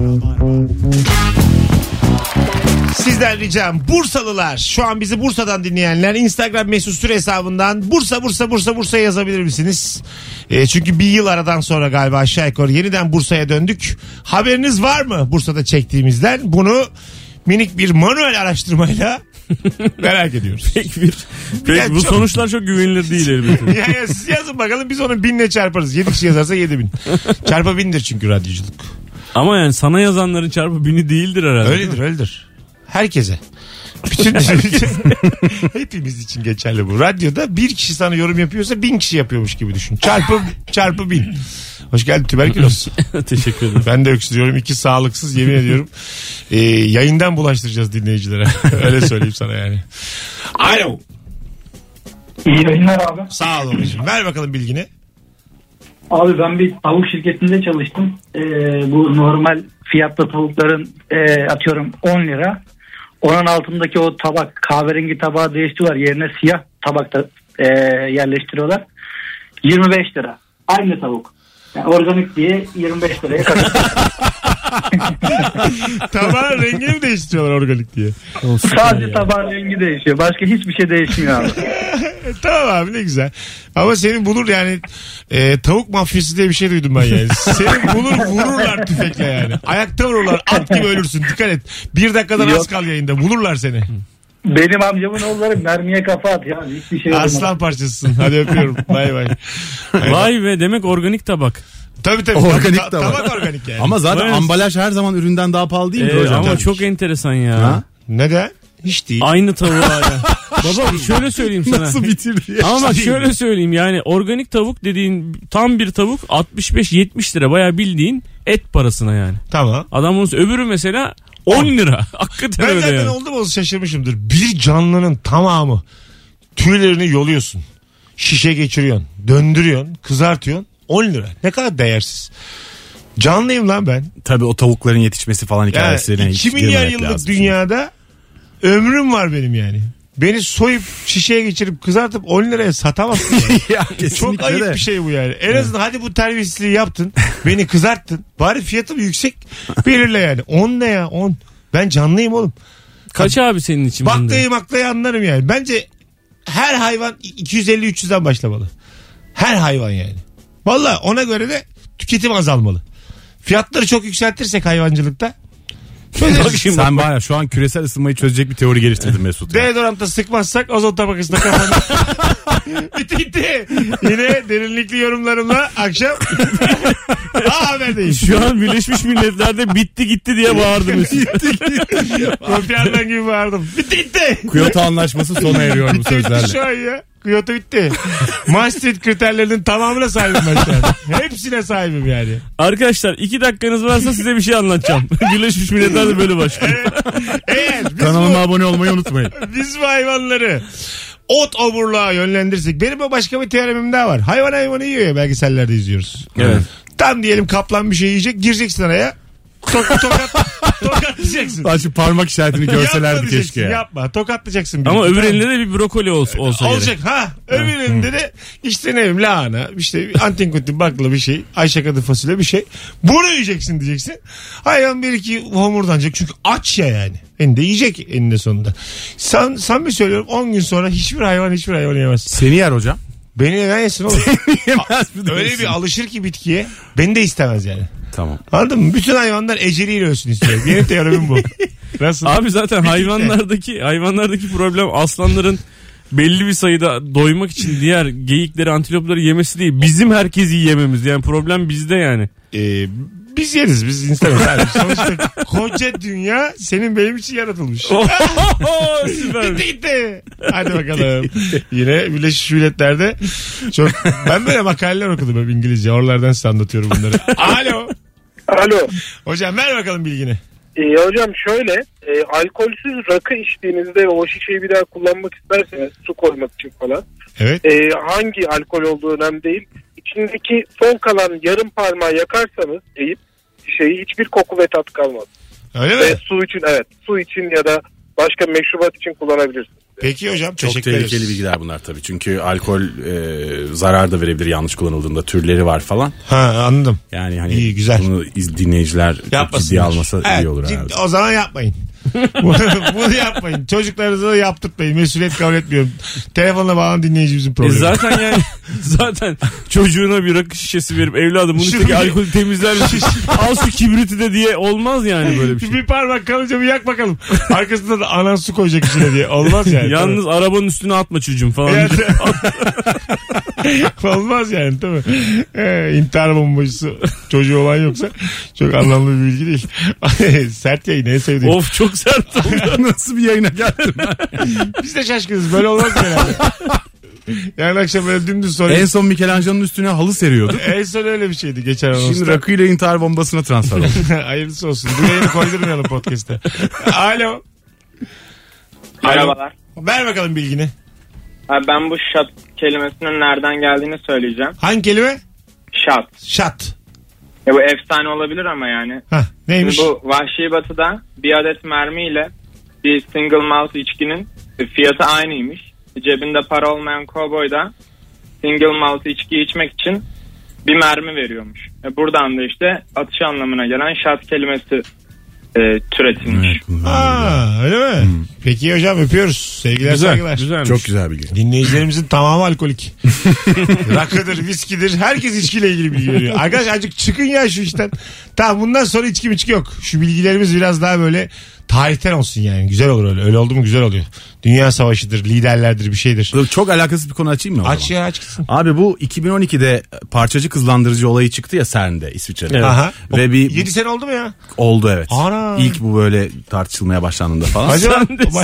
[SPEAKER 2] Sizden ricam Bursalılar, şu an bizi Bursa'dan dinleyenler Instagram Mesut Süre hesabından Bursa yazabilir misiniz? Çünkü bir yıl aradan sonra galiba aşağı yukarı yeniden Bursa'ya döndük. Haberiniz var mı Bursa'da çektiğimizden? Bunu minik bir manuel araştırmayla merak ediyoruz.
[SPEAKER 3] Peki bu sonuçlar çok güvenilir değil elbette.
[SPEAKER 2] Ya siz yazın bakalım, biz onu 1000'le çarparız. 7 kişi yazarsa 7000. Çarpı 1000'dir çünkü radyoculuk.
[SPEAKER 3] Ama yani sana yazanların çarpı 1000'i değildir herhalde.
[SPEAKER 2] Öyledir. Herkese. Bütün hepimiz için geçerli bu. Radyoda bir kişi sana yorum yapıyorsa 1000 kişi yapıyormuş gibi düşün. Çarpı 1000. Hoş geldin tüberküloz.
[SPEAKER 3] Teşekkür ederim.
[SPEAKER 2] Ben de öksürüyorum. 2 sağlıksız, yemin ediyorum. Yayından bulaştıracağız dinleyicilere. Öyle söyleyeyim sana yani. Alo.
[SPEAKER 10] İyi yayınlar abi.
[SPEAKER 2] Sağ ol babacığım. Ver bakalım bilgini.
[SPEAKER 10] Abi ben bir tavuk şirketinde çalıştım. Bu normal fiyatlı tavukların atıyorum 10 lira. Onun altındaki o tabak, kahverengi tabağı değiştiriyorlar. Yerine siyah tabakta yerleştiriyorlar. 25 lira. Aynı tavuk. Yani organik diye 25 liraya kadar.
[SPEAKER 2] Tabağın rengini mi değiştiriyorlar organik diye?
[SPEAKER 10] Sadece tabağın rengi değişiyor. Başka hiçbir şey değişmiyor abi.
[SPEAKER 2] Tamam abi, ne güzel. Ama senin bulur yani tavuk mafyası diye bir şey duydum ben yani. Senin bulur vururlar tüfekle yani. Ayakta vururlar, at gibi ölürsün, dikkat et. 1 dakikadan az kal yayında, bulurlar seni.
[SPEAKER 10] Benim amcamın oğulları mermiye kafa at ya. Hiçbir şey
[SPEAKER 2] aslan olmaz. Parçasısın. Hadi öpüyorum. Bay bay.
[SPEAKER 3] Vay be, demek organik tabak.
[SPEAKER 2] Tabii.
[SPEAKER 4] Organik
[SPEAKER 2] tabak organik yani.
[SPEAKER 4] Ama zaten
[SPEAKER 3] evet,
[SPEAKER 4] ambalaj her zaman üründen daha pahalı değil mi hocam?
[SPEAKER 3] Ama çok enteresan ya.
[SPEAKER 4] Ha?
[SPEAKER 2] Neden? Hiç değil.
[SPEAKER 3] Aynı tavuğa ya. Baba şöyle söyleyeyim sana.
[SPEAKER 4] Nasıl bitirdi ya?
[SPEAKER 3] Ama bak şöyle söyleyeyim, yani organik tavuk dediğin tam bir tavuk 65-70 lira, bayağı bildiğin et parasına yani.
[SPEAKER 2] Tamam.
[SPEAKER 3] Adamın öbürü mesela 10 lira. Hakikaten
[SPEAKER 2] ben
[SPEAKER 3] öyle
[SPEAKER 2] zaten
[SPEAKER 3] yani.
[SPEAKER 2] oldu mu şaşırmışımdır. Bir canlının tamamı tüylerini yoluyorsun. Şişe geçiriyorsun. Döndürüyorsun. Kızartıyorsun. 10 lira. Ne kadar değersiz. Canlıyım lan ben.
[SPEAKER 4] Tabii o tavukların yetişmesi falan hikayesine.
[SPEAKER 2] Yani 2 milyar yıllık dünyada ömrüm var benim yani. Beni soyup şişeye geçirip kızartıp 10 liraya satamazsın. Yani. Çok ayıp bir şey bu yani. En azından hadi bu terbiyesizliği yaptın. Beni kızarttın. Bari fiyatı yüksek belirle yani. 10 ne ya 10. Ben canlıyım oğlum.
[SPEAKER 3] Kaç abi senin için?
[SPEAKER 2] Baklayı anlarım yani. Bence her hayvan 250-300'den başlamalı. Her hayvan yani. Valla ona göre de tüketim azalmalı. Fiyatları çok yükseltirsek hayvancılıkta
[SPEAKER 4] sen var ya şu an küresel ısınmayı çözecek bir teori geliştirdin Mesut.
[SPEAKER 2] Deodorant'a sıkmazsak ozon tabakasına kapanır. Bitti. Yine derinlikli yorumlarımla akşam haberdeyim.
[SPEAKER 3] Şu an Birleşmiş Milletler'de bitti gitti diye bağırdınız.
[SPEAKER 2] Kopyandan gibi bağırdım. Bitti.
[SPEAKER 4] Kyoto Anlaşması sona eriyor bu sözlerle.
[SPEAKER 2] Bitti şu an ya. Kyoto bitti. Maastricht kriterlerinin tamamına sahibim ben şu an. Hepsine sahibim yani.
[SPEAKER 3] Arkadaşlar 2 dakikanız varsa size bir şey anlatacağım. Birleşmiş Milletler'de böyle başlıyor.
[SPEAKER 4] Kanalıma abone olmayı unutmayın.
[SPEAKER 2] Biz bu hayvanları ot oburluğa yönlendirsek. Benim başka bir teoremim daha var. Hayvanı yiyor ya, belgesellerde izliyoruz.
[SPEAKER 3] Evet.
[SPEAKER 2] Tam diyelim kaplan bir şey yiyecek, gireceksin araya. Tokatlayacaksın.
[SPEAKER 4] Sadece parmak işaretini görselerdi keşke.
[SPEAKER 2] Yapma. Tokatlayacaksın.
[SPEAKER 3] Ama öbür elinde de bir brokoli olsa
[SPEAKER 2] olacak
[SPEAKER 3] gerek.
[SPEAKER 2] ha. Öbür elinde de işte ne bileyim lahana, işte antin kuntin bakla bir şey, Ayşe kadın fasulye bir şey. Bunu yiyeceksin diyeceksin. Hayvan bir iki homurdanacak çünkü aç ya yani. De yiyecek eninde sonunda. Samimi söylüyorum 10 gün sonra hiçbir hayvan yemez.
[SPEAKER 4] Seni yer hocam.
[SPEAKER 2] Beni neden yesin oğlum?
[SPEAKER 4] Yemez
[SPEAKER 2] Öyle bir alışır ki bitkiye. Beni de istemez yani.
[SPEAKER 4] Tamam.
[SPEAKER 2] Anladın mı? Bütün hayvanlar eceliyle ölsün istiyor. Benim teorimim bu. Nasıl?
[SPEAKER 3] Abi zaten hayvanlardaki problem aslanların belli bir sayıda doymak için diğer geyikleri, antilopları yemesi değil. Bizim herkesi yiyememiz. Yani problem bizde yani.
[SPEAKER 2] Biz yeriz. Biz insanız abi. Sonuçta koca dünya senin benim için yaratılmış.
[SPEAKER 3] Süper.
[SPEAKER 2] Gitti. Hadi bakalım. Yine Birleşmiş Milletler'de çok... Ben böyle makaleler okudum hep İngilizce. Oralardan size anlatıyorum bunları. Alo.
[SPEAKER 11] Alo.
[SPEAKER 2] Hocam ver bakalım bilgini.
[SPEAKER 11] Hocam şöyle alkolsüz rakı içtiğinizde ve o şişeyi bir daha kullanmak isterseniz su koymak için falan.
[SPEAKER 2] Evet.
[SPEAKER 11] Hangi alkol olduğu önemli değil. İçindeki son kalan yarım parmağı yakarsanız eğip şişeyi hiçbir koku ve tat kalmaz.
[SPEAKER 2] Öyle mi?
[SPEAKER 11] Su için ya da başka meşrubat için kullanabilirsiniz.
[SPEAKER 2] Peki hocam
[SPEAKER 4] çok
[SPEAKER 2] teşekkür ederiz.
[SPEAKER 4] tehlikeli bilgiler bunlar tabii. Çünkü alkol zarar da verebilir yanlış kullanıldığında. Türleri var falan.
[SPEAKER 2] Ha anladım.
[SPEAKER 4] Yani hani
[SPEAKER 2] İyi, güzel.
[SPEAKER 4] bunu dinleyiciler çok ciddiye almasa iyi olur herhalde.
[SPEAKER 2] O zaman yapmayın. Bunu yapmayın. Çocuklarınıza da yaptırtmayın. Mesuliyet kabul etmiyorum. Telefonla bağlanan dinleyicimizin problemi.
[SPEAKER 3] Zaten çocuğuna bir rakı şişesi verip evladım bunu üstteki alkolü temizler misin? Al şu kibriti de diye olmaz yani böyle bir şey.
[SPEAKER 2] Bir parmak kalınca bir yak bakalım. Arkasında da anan su koyacak içine diye. Olmaz yani.
[SPEAKER 3] Yalnız arabanın üstüne atma çocuğum falan.
[SPEAKER 2] Olmaz yani tabii. İntihar bombacısı çocuğu olan yoksa çok anlamlı bir bilgi değil. Sert yayın en sevdiğim.
[SPEAKER 3] Of çok sert oldu.
[SPEAKER 4] Nasıl bir yayına geldim ben?
[SPEAKER 2] Biz de şaşkınız. Böyle olmaz genelde. Yani akşam böyle dümdüz soruyor.
[SPEAKER 4] En son Michelangelo'nun üstüne halı seriyordu.
[SPEAKER 2] En son öyle bir şeydi geçen anonsta.
[SPEAKER 4] Şimdi rakıyla intihar bombasına transfer oldu.
[SPEAKER 2] Hayırlısı olsun. Bu yayını koydurmayalım podcast'te. Alo.
[SPEAKER 12] Merhabalar.
[SPEAKER 2] Ver bakalım bilgini.
[SPEAKER 12] Ben bu shot kelimesinin nereden geldiğini söyleyeceğim.
[SPEAKER 2] Hangi kelime?
[SPEAKER 12] Shot. Bu efsane olabilir ama yani.
[SPEAKER 2] Neymiş?
[SPEAKER 12] Şimdi bu Vahşi Batı'da bir adet mermiyle bir single malt içkinin fiyatı aynıymış. Cebinde para olmayan kovboy da single malt içkiyi içmek için bir mermi veriyormuş. Buradan da işte atış anlamına gelen shot kelimesi türetilmiş.
[SPEAKER 2] Öyle mi? Peki hocam öpüyoruz. Sevgiler saygılar.
[SPEAKER 3] Güzelmiş.
[SPEAKER 4] Çok güzel bilgi.
[SPEAKER 2] Dinleyicilerimizin tamamı alkolik. Rakıdır, viskidir. Herkes içkiyle ilgili bilgi veriyor. Arkadaş azıcık çıkın ya şu işten. Tamam bundan sonra içki yok. Şu bilgilerimiz biraz daha böyle tarihten olsun yani. Güzel olur öyle. Öyle oldu mu güzel oluyor. Dünya savaşıdır, liderlerdir bir şeydir.
[SPEAKER 4] Çok alakasız bir konu açayım mı?
[SPEAKER 2] Aç ya aç gitsin.
[SPEAKER 4] Abi bu 2012'de parçacık hızlandırıcı olayı çıktı ya CERN'de İsviçre'de.
[SPEAKER 2] Evet. Aha.
[SPEAKER 4] Ve
[SPEAKER 2] 7 sene oldu mu ya?
[SPEAKER 4] Oldu evet.
[SPEAKER 2] Ana.
[SPEAKER 4] İlk bu böyle tartışılmaya başlandığında falan.
[SPEAKER 2] Acaba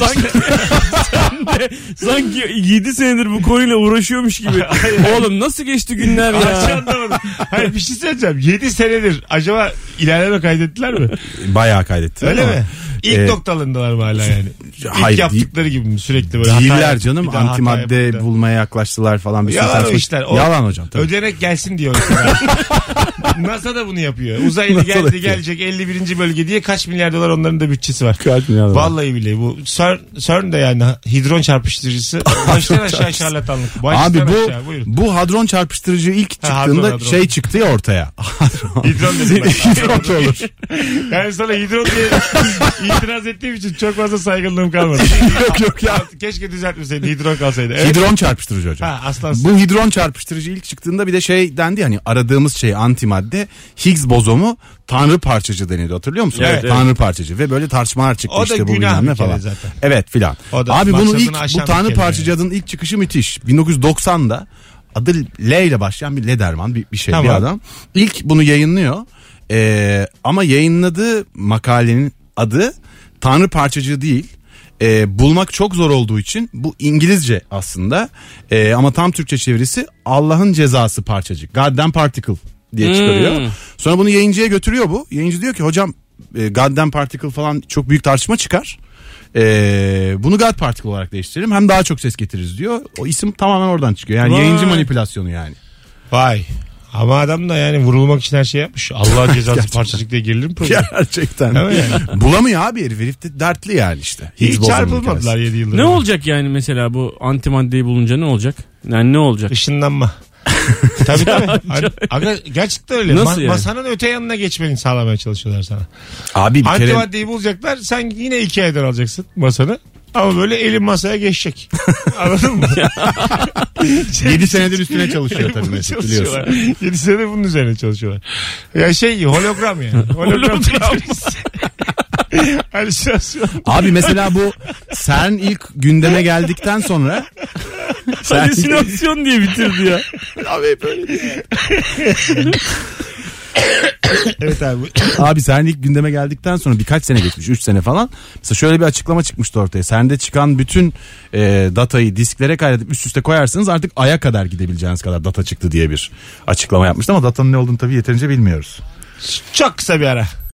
[SPEAKER 3] sanki 7 senedir bu konuyla uğraşıyormuş gibi. Oğlum nasıl geçti günler ya?
[SPEAKER 2] Anlamadım. Hayır bir şey söyleyeceğim. 7 senedir acaba ilerleme kaydettiler mi?
[SPEAKER 4] Bayağı kaydettiler.
[SPEAKER 2] Öyle mi? İlk noktalarındalar mı hala yani?
[SPEAKER 4] Hayır,
[SPEAKER 2] İlk yaptıkları gibi mi? Sürekli böyle
[SPEAKER 4] değiller canım. Antimadde bulmaya yaklaştılar falan. Bir
[SPEAKER 2] yalan o işler.
[SPEAKER 4] Yalan hocam. Tabii.
[SPEAKER 2] Ödenek gelsin diyor. NASA da bunu yapıyor. Uzaylı gelecek 51. bölge diye kaç milyar dolar onların da bütçesi var.
[SPEAKER 4] Kaç milyar dolar.
[SPEAKER 2] Vallahi billahi bu CERN de yani hidron çarpıştırıcısı. Baştan aşağı şarlatanlık.
[SPEAKER 4] Abi bu hadron çarpıştırıcı ilk çıktığında hadron. Çıktı ya ortaya.
[SPEAKER 2] Hidron dedim ben.
[SPEAKER 4] Hidron olur.
[SPEAKER 2] Yani sana hidron diye itiraz ettiğim için çok fazla saygınlığım kalmadı.
[SPEAKER 4] Yok ya.
[SPEAKER 2] Keşke düzeltmeseydin hidron kalsaydı.
[SPEAKER 4] Evet. Hidron çarpıştırıcı hocam.
[SPEAKER 2] Aslansın.
[SPEAKER 4] Bu hidron çarpıştırıcı ilk çıktığında bir de dendi hani aradığımız şey antimadde Higgs bozomu tanrı parçacı deniyordu hatırlıyor musun?
[SPEAKER 2] Evet,
[SPEAKER 4] tanrı parçacı ve böyle tartışmalar çıktı
[SPEAKER 2] o
[SPEAKER 4] işte
[SPEAKER 2] bu
[SPEAKER 4] bilmem ne falan.
[SPEAKER 2] Zaten.
[SPEAKER 4] Evet filan. Abi bunun bu tanrı parçacı adının ilk çıkışı müthiş. 1990'da adı L ile başlayan bir Lederman bir şey tamam. Bir adam. İlk bunu yayınlıyor. Ama yayınladığı makalenin adı tanrı parçacığı değil. Bulmak çok zor olduğu için bu İngilizce aslında ama tam Türkçe çevirisi Allah'ın cezası parçacık. Goddamn particle diye çıkarıyor. Sonra bunu yayıncıya götürüyor bu. Yayıncı diyor ki hocam Goddamn particle falan çok büyük tartışma çıkar. Bunu God particle olarak değiştirelim hem daha çok ses getiririz diyor. O isim tamamen oradan çıkıyor. Yani yayıncı manipülasyonu yani.
[SPEAKER 2] Vay. Ama adam da yani vurulmak için her şey yapmış. Allah cezası parçacık diye girilir mi program?
[SPEAKER 4] Gerçekten.
[SPEAKER 2] Yani.
[SPEAKER 4] Bulamıyor abi herif de dertli yani işte.
[SPEAKER 2] Hiç çarpılmadılar 7 yıldır.
[SPEAKER 3] Ne olacak yani mesela bu antimaddeyi bulunca ne olacak? Yani ne olacak?
[SPEAKER 2] Işınlanma. Tabii. Aga, gerçekten öyle.
[SPEAKER 3] Nasıl yani?
[SPEAKER 2] Masanın öte yanına geçmeni sağlamaya çalışıyorlar sana.
[SPEAKER 4] Abi bir kere...
[SPEAKER 2] Antimaddeyi bulacaklar. Sen yine 2 aydan alacaksın masanı. Ama böyle elin masaya geçecek. Anladın mı?
[SPEAKER 4] 7 senedir üstüne çalışıyor tabii mesela biliyorsun.
[SPEAKER 2] 7 senedir bunun üzerine çalışıyorlar. Ya hologram yani. Hologram. Halüsinasyon.
[SPEAKER 4] Abi mesela bu CERN ilk gündeme geldikten sonra
[SPEAKER 3] halüsinasyon diye bitirdi ya.
[SPEAKER 4] Abi böyle değil.
[SPEAKER 2] Evet abi.
[SPEAKER 4] Abi CERN ilk gündeme geldikten sonra birkaç sene geçmiş, 3 sene falan. Mesela şöyle bir açıklama çıkmıştı ortaya. CERN'de çıkan bütün datayı disklere kaydedip üst üste koyarsanız artık Ay'a kadar gidebileceğiniz kadar data çıktı diye bir açıklama yapmıştı. Ama datanın ne olduğunu tabii yeterince bilmiyoruz.
[SPEAKER 2] Çok kısa bir ara.